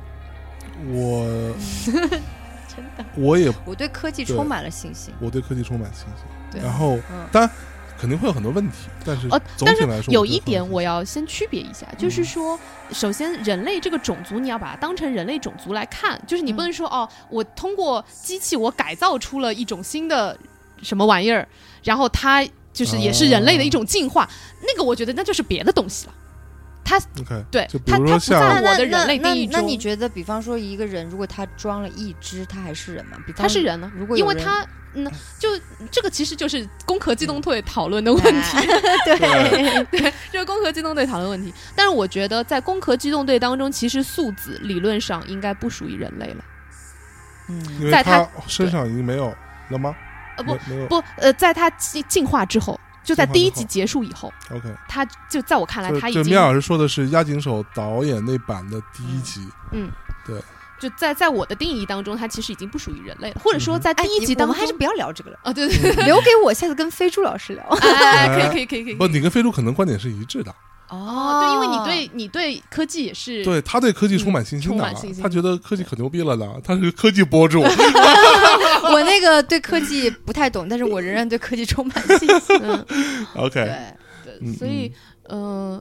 C: 真的，我对科技充满了信心。
A: 我对科技充满信心。
C: 对，
A: 然后当然肯定会有很多问题，但是总体来说，
B: 有一点我要先区别一下，就是说，首先人类这个种族你要把它当成人类种族来看，就是你不能说我通过机器我改造出了一种新的什么玩意儿，然后它就是也是人类的一种进化，那个我觉得那就是别的东西了。它
A: OK，
B: 对，
A: 就比如说像
B: 它不在我的人类定义中。
C: 那你觉得，比方说一个人，如果他装了一只，他还是人吗？
B: 他是人呢，因为他就这个其实就是攻壳机动队讨论的问题。对，就是攻壳机动队讨论问题。但是我觉得在攻壳机动队当中，其实素子理论上应该不属于人类了。
A: 因为他身上已经没有了吗？
B: 不，在他进化之后。就在第一集结束以后
A: ，OK，
B: 他就在我看来，他已经。
A: 这米老师说的是押井守导演那版的第一集，对。
B: 就在我的定义当中，他其实已经不属于人类了，或者说在第一集当中，
C: 我们还是不要聊这个了
B: 对，
C: 留给我下次跟飞猪老师聊。
B: 可以。
A: 不，你跟飞猪可能观点是一致的。
B: 对，因为你对科技也是，
A: 对他对科技充满信心的，他觉得科技可牛逼了呢，他是个科技博主。
C: 我那个对科技不太懂，但是我仍然对科技充满信心。
A: OK，
B: 对，所以刚刚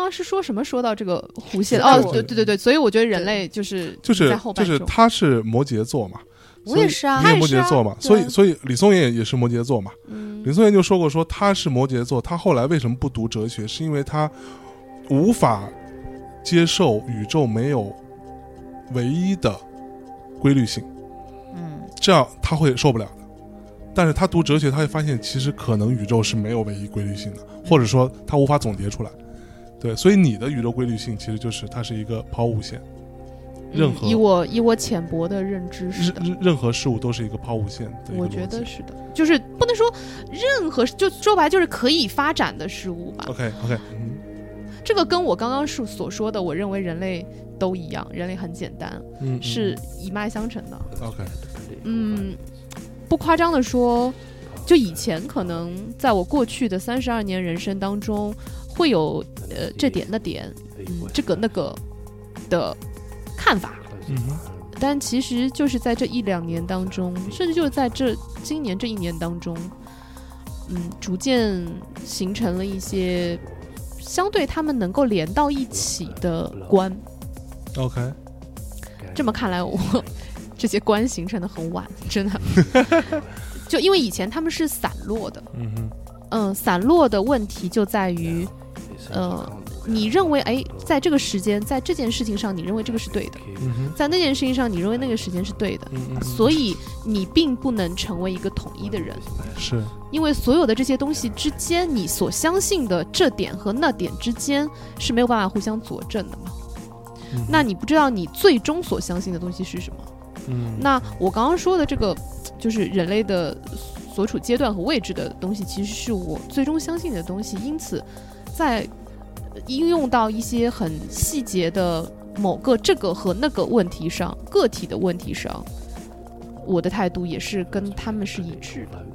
B: 刚是说什么说到这个弧线？
C: 哦
B: 对，所以我觉得人类就是在后半
A: 就是他是摩羯座嘛，
C: 我也是啊，
A: 你也摩羯座嘛，
C: 所
A: 以李松岩也是摩羯座嘛。李松岩就说过，说他是摩羯座，他后来为什么不读哲学，是因为他无法接受宇宙没有唯一的规律性，这样他会受不了的。但是他读哲学，他会发现其实可能宇宙是没有唯一规律性的，或者说他无法总结出来。对，所以你的宇宙规律性其实就是它是一个抛物线，任何
B: 以我浅薄的认知是的，
A: 任何事物都是一个抛物线的一个逻辑。
B: 我觉得是的，就是不能说任何，就说白就是可以发展的事物吧。
A: OK，
B: 这个跟我刚刚所说的，我认为人类都一样，人类很简单，是一脉相承的。
A: OK，
B: 不夸张的说，就以前可能在我过去的32年人生当中，会有这点那点，这个那个的看法。但其实就是在这1-2年当中，甚至就是在今年这1年当中，逐渐形成了一些相对他们能够连到一起的观。
A: OK，
B: 这么看来我这些观形成的很晚，真的。就因为以前他们是散落的，散落的问题就在于，你认为在这个时间，在这件事情上，你认为这个是对的，在那件事情上，你认为那个时间是对的，所以你并不能成为一个统一的人，
A: 是
B: 因为所有的这些东西之间，你所相信的这点和那点之间是没有办法互相佐证的嘛。那你不知道你最终所相信的东西是什么。那我刚刚说的这个就是人类的所处阶段和位置的东西，其实是我最终相信的东西，因此在应用到一些很细节的某个这个和那个问题上，个体的问题上，我的态度也是跟他们是一致的。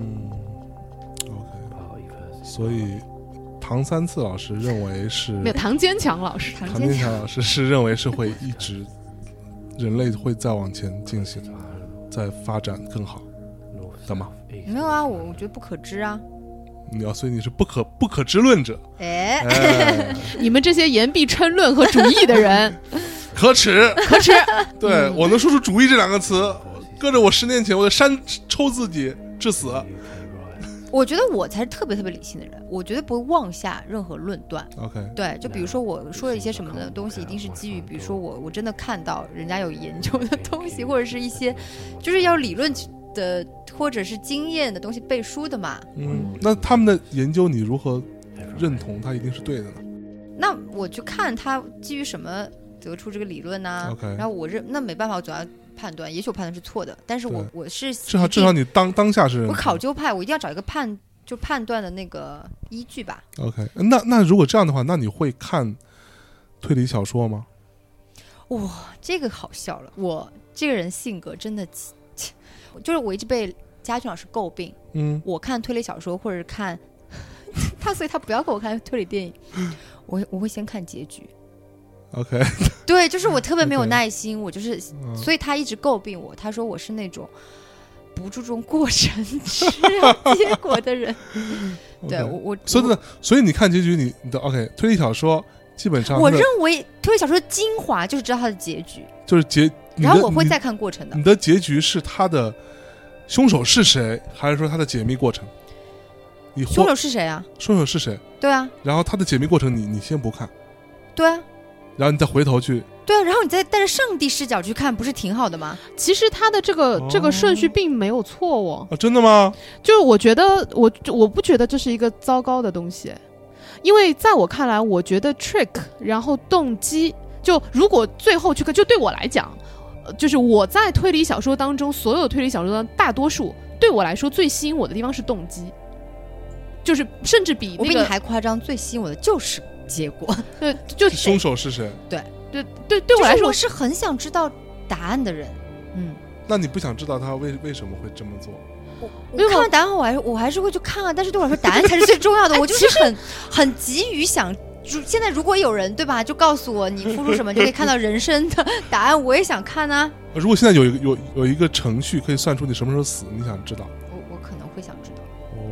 A: OK， 所以唐三次老师认为是
B: 没有唐坚强老师，
A: 唐坚强老师是认为是会一直人类会再往前进行，再发展更好的吗？
C: 没有啊，我觉得不可知啊。
A: 所以你是不可知论者。
B: 你们这些言必称论和主义的人，
A: 可耻。对，我能说出主义这2个词，搁着我10年前，我就抽自己致死。
C: 我觉得我才是特别理性的人，我绝对不会妄下任何论断。
A: OK，
C: 对，就比如说我说了一些什么的东西，一定是基于比如说我真的看到人家有研究的东西，或者是一些就是要理论的或者是经验的东西背书的嘛。
A: 那他们的研究你如何认同它一定是对的呢？
C: 那我就看他基于什么得出这个理论啊。
A: OK，
C: 然后那没办法，我总要判断，也许我判断是错的，但是我是
A: 至少你当下是
C: 我考究派，我一定要找一个判断的那个依据吧。
A: OK， 那如果这样的话，那你会看推理小说吗？
C: 哇，这个好笑了，我这个人性格真的就是我一直被家俊老师诟病，我看推理小说或者看他，所以他不要给我看推理电影，我会先看结局。
A: OK，
C: 对，就是我特别没有耐心，我就是，所以他一直诟病我，他说我是那种不注重过程只要结果的人。对，我
A: 所以你看结局，你的 OK 推理小说基本上，
C: 我认为推理小说的精华就是知道它的结局，
A: 就是
C: 然后我会再看过程的。
A: 你的结局是他的凶手是谁，还是说他的解密过程？
C: 凶手是谁啊？
A: 凶手是谁？对
C: 啊。
A: 然后他的解密过程你先不看。
C: 对啊。
A: 然后你再回头去。
C: 对啊，然后你再带着上帝视角去看，不是挺好的吗？
B: 其实他的这个顺序并没有错哦。
A: 真的吗？
B: 就是我觉得我不觉得这是一个糟糕的东西，因为在我看来，我觉得 trick 然后动机，就如果最后去看，就对我来讲，就是我在推理小说当中，所有推理小说的大多数，对我来说最吸引我的地方是动机，就是甚至比
C: 我比你还夸张，最吸引我的就是结果。
B: 对，就
A: 凶手是谁？
B: 对我来说，
C: 我是很想知道答案的人。
A: 那你不想知道他为什么会这么做？
C: 我看完答案后，我还是会去看啊。但是对我来说，答案才是最重要的。我就是很急于想，现在如果有人对吧，就告诉我你付出什么就可以看到人生的答案，我也想看啊。
A: 如果现在有一个程序可以算出你什么时候死，你想知道？
C: 我可能会想知道。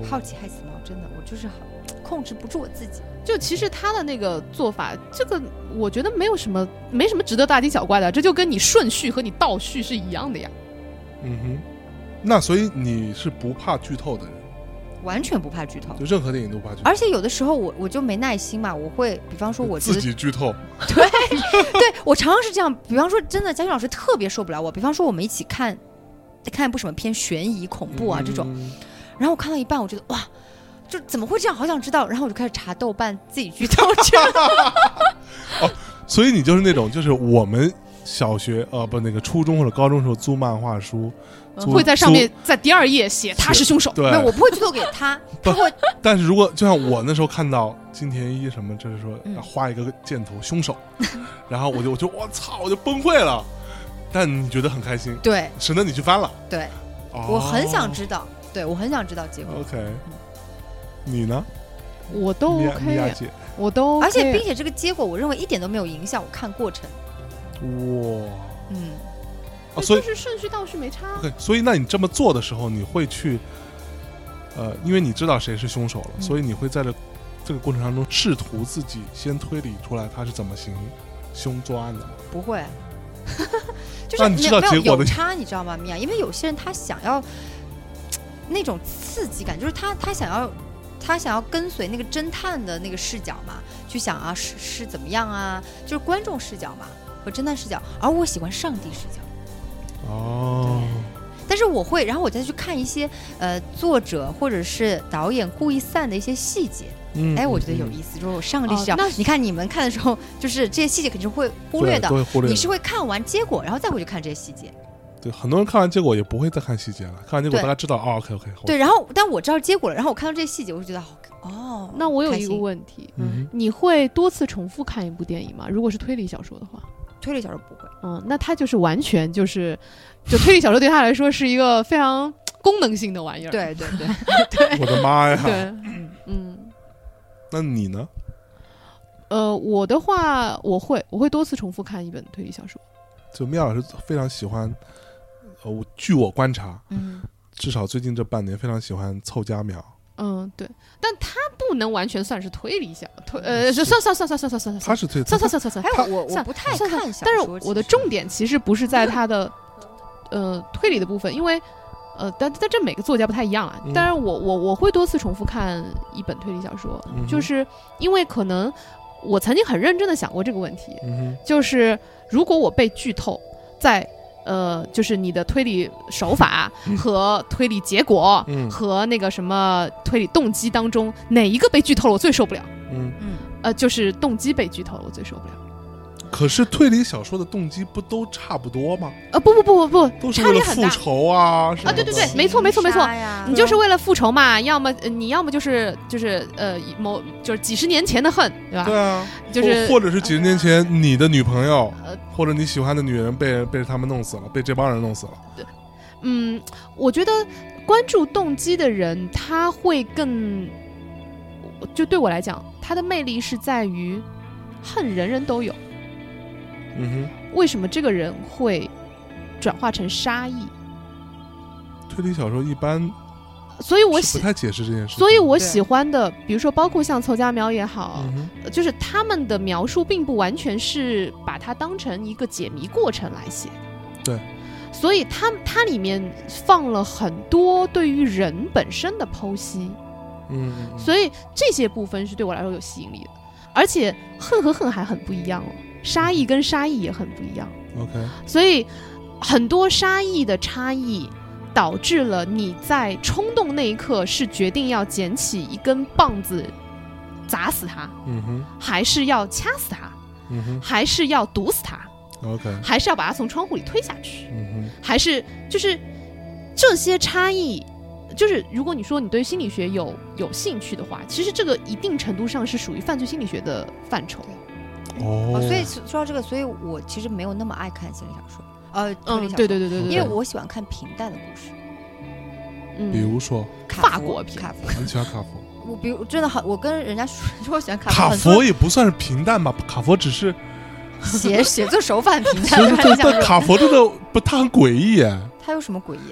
C: 好奇害死猫，真的，我就是控制不住我自己。
B: 就其实他的那个做法，这个我觉得没什么值得大惊小怪的，这就跟你顺序和你倒序是一样的呀。
A: 嗯哼，那所以你是不怕剧透的人？
C: 完全不怕剧透，
A: 就任何电影都不怕剧透。
C: 而且有的时候我就没耐心嘛，我会比方说我
A: 自己剧透。
C: 对，我常常是这样。比方说真的，嘉勋老师特别受不了我。比方说我们一起看一部什么偏悬疑恐怖啊这种，然后我看到一半，我觉得哇，就怎么会这样，好想知道，然后我就开始查豆瓣自己剧透去了。
A: 哦，所以你就是那种，就是我们小学那个初中或者高中时候租漫画书。
B: 会在上面在第2页写他是凶手。
A: 对，
C: 没有，我不会剧透给他会。
A: 但是如果就像我那时候看到金田一什么，就是说画一个箭头凶手，然后我就我操，我就崩溃了。但你觉得很开心，
C: 对，
A: 省得你去翻了。
C: 对，我很想知道，对我很想知道结果。
A: OK， 你呢？
B: 我都 OK， 我都 OK，
C: 而且并且这个结果，我认为一点都没有影响我看过程。
A: 哇，
B: 所以就是顺序倒序没差。
A: OK， 所以那你这么做的时候，你会去，因为你知道谁是凶手了，所以你会在这个过程当中试图自己先推理出来他是怎么行凶作案的吗？
C: 不会，就是
A: 你知道结果的
C: 有差，你知道吗，米娅？因为有些人他想要那种刺激感，就是他想要跟随那个侦探的那个视角嘛，去想啊是怎么样啊，就是观众视角嘛和侦探视角，而我喜欢上帝视角。
A: 哦，
C: 但是我会，然后我再去看一些作者或者是导演故意散的一些细节，我觉得有意思。就是我上帝视角，你看你们看的时候，就是这些细节肯定是会忽略的，你是会看完结果，然后再回去看这些细节。
A: 对，很多人看完结果也不会再看细节了，看完结果大家知道OK。
C: 对，然后但我知道结果了，然后我看到这些细节，我就觉得
B: 那我有一个问题，你会多次重复看一部电影吗？如果是推理小说的话？
C: 推理小说不会，
B: 那他就是完全就推理小说对他来说是一个非常功能性的玩意儿。
C: 对，
A: 我的妈呀！
B: 对，
A: 那你呢？
B: 我的话，我会多次重复看一本推理小说。
A: 就米娅老师非常喜欢，据我观察，至少最近这半年非常喜欢凑佳苗。
B: 对，但他不能完全算是推理算，
A: 他是推，
B: 算。
C: 哎，我不太看小说，
B: 但是我的重点其实不是在他的推理的部分，因为但这每个作家不太一样啊。当然我会多次重复看一本推理小说，就是因为可能我曾经很认真的想过这个问题，就是如果我被剧透在。就是你的推理手法和推理结果和那个什么推理动机当中，哪一个被剧透了我最受不了？就是动机被剧透了我最受不了。
A: 可是推理小说的动机不都差不多吗？
B: 不，
A: 都是为了复仇啊！
B: 对，没错，你就是为了复仇嘛，要么就是几十年前的恨，对吧？
A: 对啊，
B: 就是
A: 或者是几十年前你的女朋友，或者你喜欢的女人被他们弄死了，被这帮人弄死了。
B: 我觉得关注动机的人，他会更，就对我来讲，他的魅力是在于恨人人都有。为什么这个人会转化成杀意？
A: 推理小说一般，
B: 所以我
A: 不太解释这件事情。
B: 所以我喜欢的，比如说包括像凑佳苗也好，就是他们的描述并不完全是把它当成一个解谜过程来写。
A: 对，
B: 所以它里面放了很多对于人本身的剖析。所以这些部分是对我来说有吸引力的，而且恨和恨还很不一样哦。杀意跟杀意也很不一样
A: ，OK，
B: 所以很多杀意的差异导致了你在冲动那一刻是决定要捡起一根棒子砸死他，还是要掐死他，还是要毒死他
A: ，OK，
B: 还是要把他从窗户里推下去，还是就是这些差异。就是如果你说你对心理学有兴趣的话，其实这个一定程度上是属于犯罪心理学的范畴。
C: 所以说到这个，所以我其实没有那么爱看心理小说，推理小说，
B: 对，
C: 因为我喜欢看平淡的故事。
A: 比如说
B: 法国片，
A: 你喜欢卡佛？
C: 我比如真的好，我跟人家说我喜欢卡佛。
A: 卡佛也不算是平淡吧，卡佛只是
C: 写作手法平淡。
A: 但卡佛这个不，他很诡异耶。
C: 他有什么诡异啊？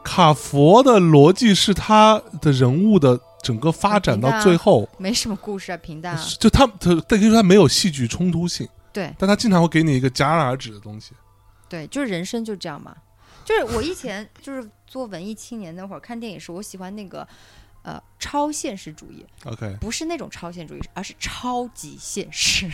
A: 卡佛的逻辑是他的人物的整个发展到最后
C: 没什么故事啊，平淡啊。
A: 就他可以说他没有戏剧冲突性，
C: 对
A: 但他经常会给你一个戛然而止的东西。
C: 对，就是人生就这样嘛。就是我以前就是做文艺青年那会儿看电影时，我喜欢那个超现实主义。
A: OK，
C: 不是那种超现实主义，而是超级现实。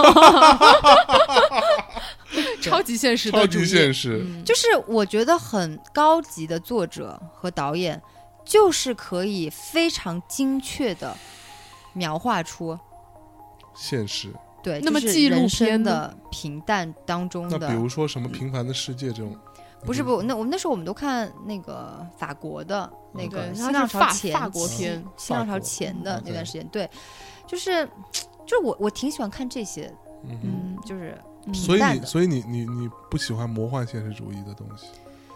B: 超级现实的
A: 超
B: 主义，
A: 级现实，
C: 就是我觉得很高级的作者和导演，就是可以非常精确的描画出
A: 现实。
C: 对，
B: 那么
C: 就是
B: 纪录
C: 人生
B: 片呢
C: 的平淡当中的。
A: 那比如说什么《平凡的世界》这种，
C: 不是不，那我们那时候我们都看那个法国的那个
B: 对，
C: 新浪
B: 它是
C: 潮前
B: 法国片，
C: 新浪潮
A: 法国
C: 前的那
A: 对
C: 段时间，对，就是我挺喜欢看这些，就是平淡的。
A: 所以你不喜欢魔幻现实主义的东西？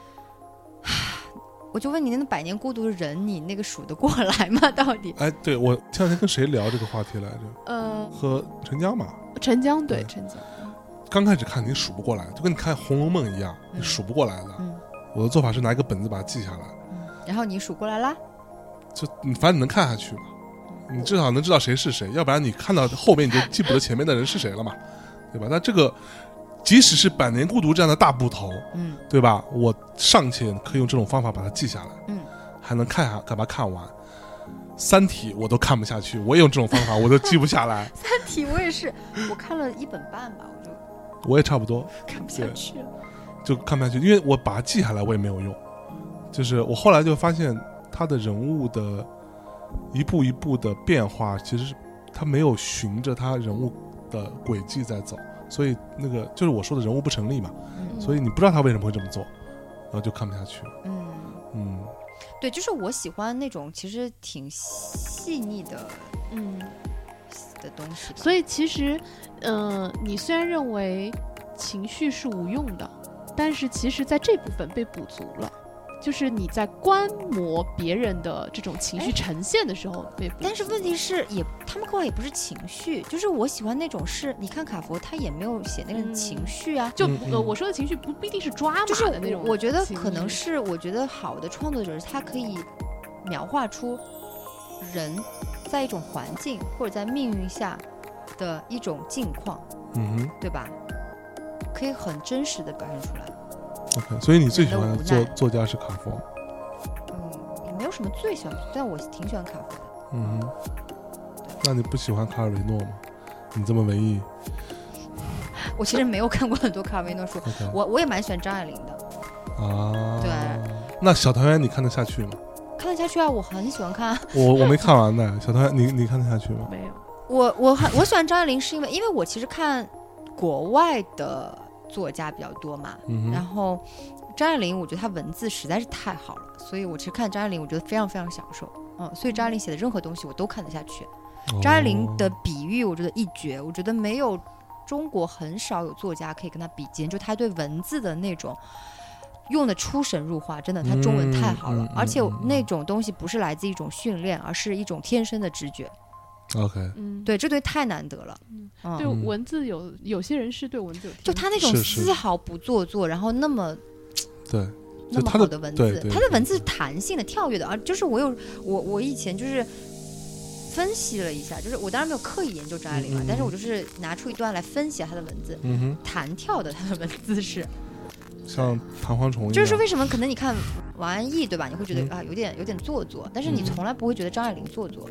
C: 我就问你，那百年孤独的人，你那个数得过来吗？到底？
A: 哎，对，我前两天跟谁聊这个话题来着？和陈江嘛。
B: 陈江
A: 对
B: 陈江，
A: 刚开始看你数不过来，就跟你看《红楼梦》一样，你数不过来的。我的做法是拿一个本子把它记下来，
C: 然后你数过来啦，
A: 就你反正你能看下去嘛，你至少能知道谁是谁，要不然你看到后面你就记不得前面的人是谁了嘛，对吧？那这个即使是《百年孤独》这样的大部头，对吧？我尚且可以用这种方法把它记下来，还能把它看完。三体我都看不下去，我也用这种方法，我都记不下来。
C: 三体我也是，我看了1本半吧，
A: 我也差不多
C: 看不下去了，
A: 就看不下去，因为我把它记下来我也没有用。就是我后来就发现他的人物的一步一步的变化，其实他没有循着他人物的轨迹在走，所以那个就是我说的人物不成立嘛，所以你不知道他为什么会这么做，然后就看不下去了。
C: 对，就是我喜欢那种其实挺细腻的，的东西。
B: 所以其实，你虽然认为情绪是无用的，但是其实在这部分被补足了。就是你在观摩别人的这种情绪呈现的时候被补足，
C: 但是问题是他们刻画也不是情绪，就是我喜欢那种是，你看卡佛他也没有写那个情绪啊，
B: 就我说的情绪不一定是抓马的那种，
C: 我觉得可能是我觉得好的创作者他可以描画出人在一种环境或者在命运下的一种境况，对吧？可以很真实的表现出来。
A: OK， 所以你最喜欢的作家是卡佛？
C: 也没有什么最喜欢，但我挺喜欢卡佛的。
A: 那你不喜欢卡尔维诺吗？你这么文艺。
C: 我其实没有看过很多卡尔维诺书，我也蛮喜欢张爱玲的。
A: 啊，
C: 对。
A: 那小团圆你看得下去吗？
C: 看得下去啊，我很喜欢看。
A: 我没看完呢，小团圆你看得下去吗？
B: 没有。
C: 我喜欢张爱玲是因为我其实看国外的作家比较多嘛，然后张爱玲我觉得她文字实在是太好了，所以我其实看张爱玲我觉得非常非常享受，所以张爱玲写的任何东西我都看得下去。张爱玲的比喻我觉得一绝，我觉得没有中国很少有作家可以跟她比肩，就她对文字的那种用的出神入化，真的她中文太好了，而且那种东西不是来自一种训练，而是一种天生的直觉。
A: OK，
C: 对，这对太难得了。
B: 对文字有些人是对文字有
C: 就他那种丝毫不做作，然后那么
A: 对
C: 那么好的文字，
A: 他
C: 的文字是弹性的、跳跃的，而就是我以前就是分析了一下，就是我当然没有刻意研究张爱玲嘛，但是我就是拿出一段来分析他的文字，弹跳的他的文字是
A: 像弹簧虫一样，
C: 就是为什么可能你看王安忆对吧，你会觉得有点做作，但是你从来不会觉得张爱玲做作。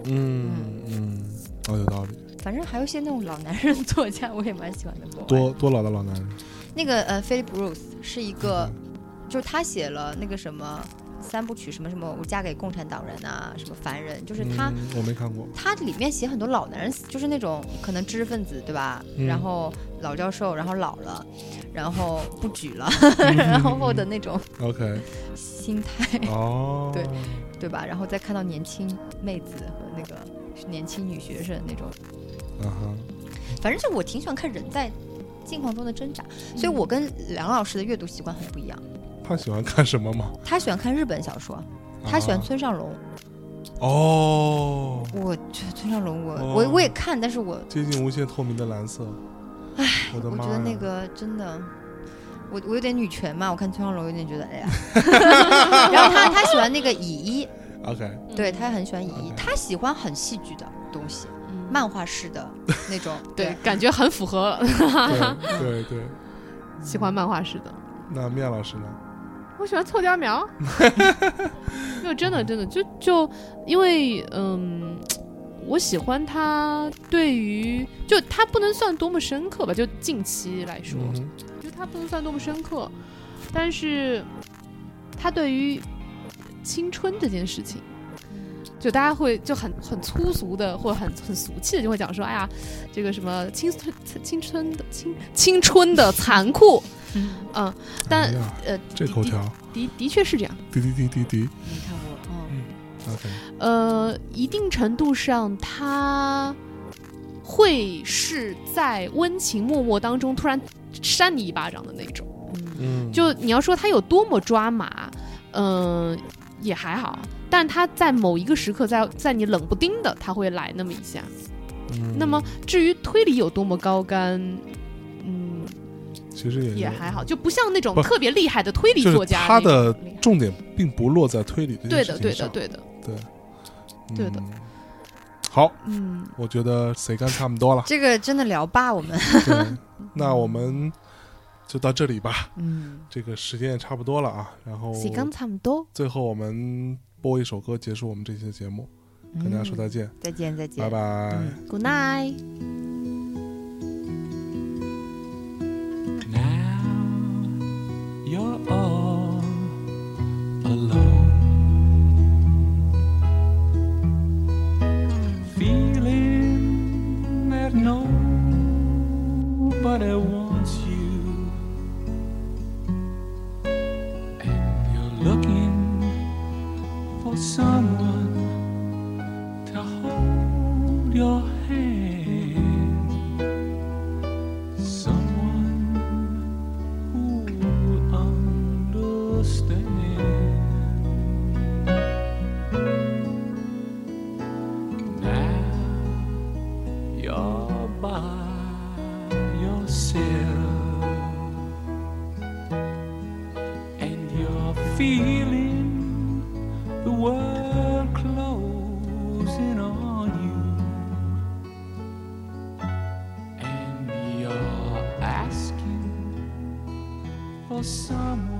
A: 有道理。
C: 反正还有一些那种老男人作家，我也蛮喜欢的。
A: 多老的老男人？
C: 那个Philip Roth 是一个，就是他写了那个什么3部曲，什么我嫁给共产党人啊，什么凡人，就是他
A: 我没看过。他
C: 里面写很多老男人，就是那种可能知识分子对吧？然后老教授，然后老了，然后不举了，然后的那种
A: OK
C: 心态对吧？然后再看到年轻妹子和那个年轻女学生那种，反正就我挺喜欢看人在境况中的挣扎，所以我跟梁老师的阅读习惯很不一样。
A: 他喜欢看什么吗？
C: 他喜欢看日本小说，他喜欢村上隆。我觉得村上隆我也看，但是我
A: 接近无限透明的蓝色。我的妈！
C: 我觉得那个真的， 我有点女权嘛，我看崔康龙有点觉得哎呀，然后他喜欢那个乙一
A: OK，
C: 对他很喜欢乙一
A: OK
C: 他喜欢很戏剧的东西，漫画式的那种，
B: 对，感觉很符合
A: 对对，
B: 喜欢漫画式的。
A: 那面老师呢？
B: 我喜欢凑佳苗，没有真的就因为我喜欢他对于就他不能算多么深刻吧，就近期来说，就他不能算多么深刻，但是他对于青春这件事情。就大家会就很粗俗的或者很俗气的就会讲说，哎呀，这个什么青春的残酷，但
A: 这口条
B: 的确是这样，
A: 滴，你
C: 看我
A: ，OK，
B: 一定程度上他会是在温情脉脉当中突然扇你一巴掌的那种，就你要说他有多么抓马，也还好。但他在某一个时刻在你冷不丁的他会来那么一下，那么至于推理有多么高干，
A: 其实
B: 也还好，就不像那种特别厉害的推理作家，
A: 就是他的重点并不落在推理这件事情上。
B: 对的。
A: 好，我觉得谁干差不多了，
C: 这个真的聊吧我们。
A: 对，那我们就到这里吧。这个时间也差不多了啊，然后
B: 谁干差不多，
A: 最后我们播一首歌结束我们这期的节目，跟大家说再见，
C: 再见，
A: 拜拜
B: ，Good night。
D: You're all alone, feeling that nobody wants you, and you're looking for someone to hold your hand, someone who will understand. Now you're by yourself and you're feeling the world closing on you, and you're asking for someone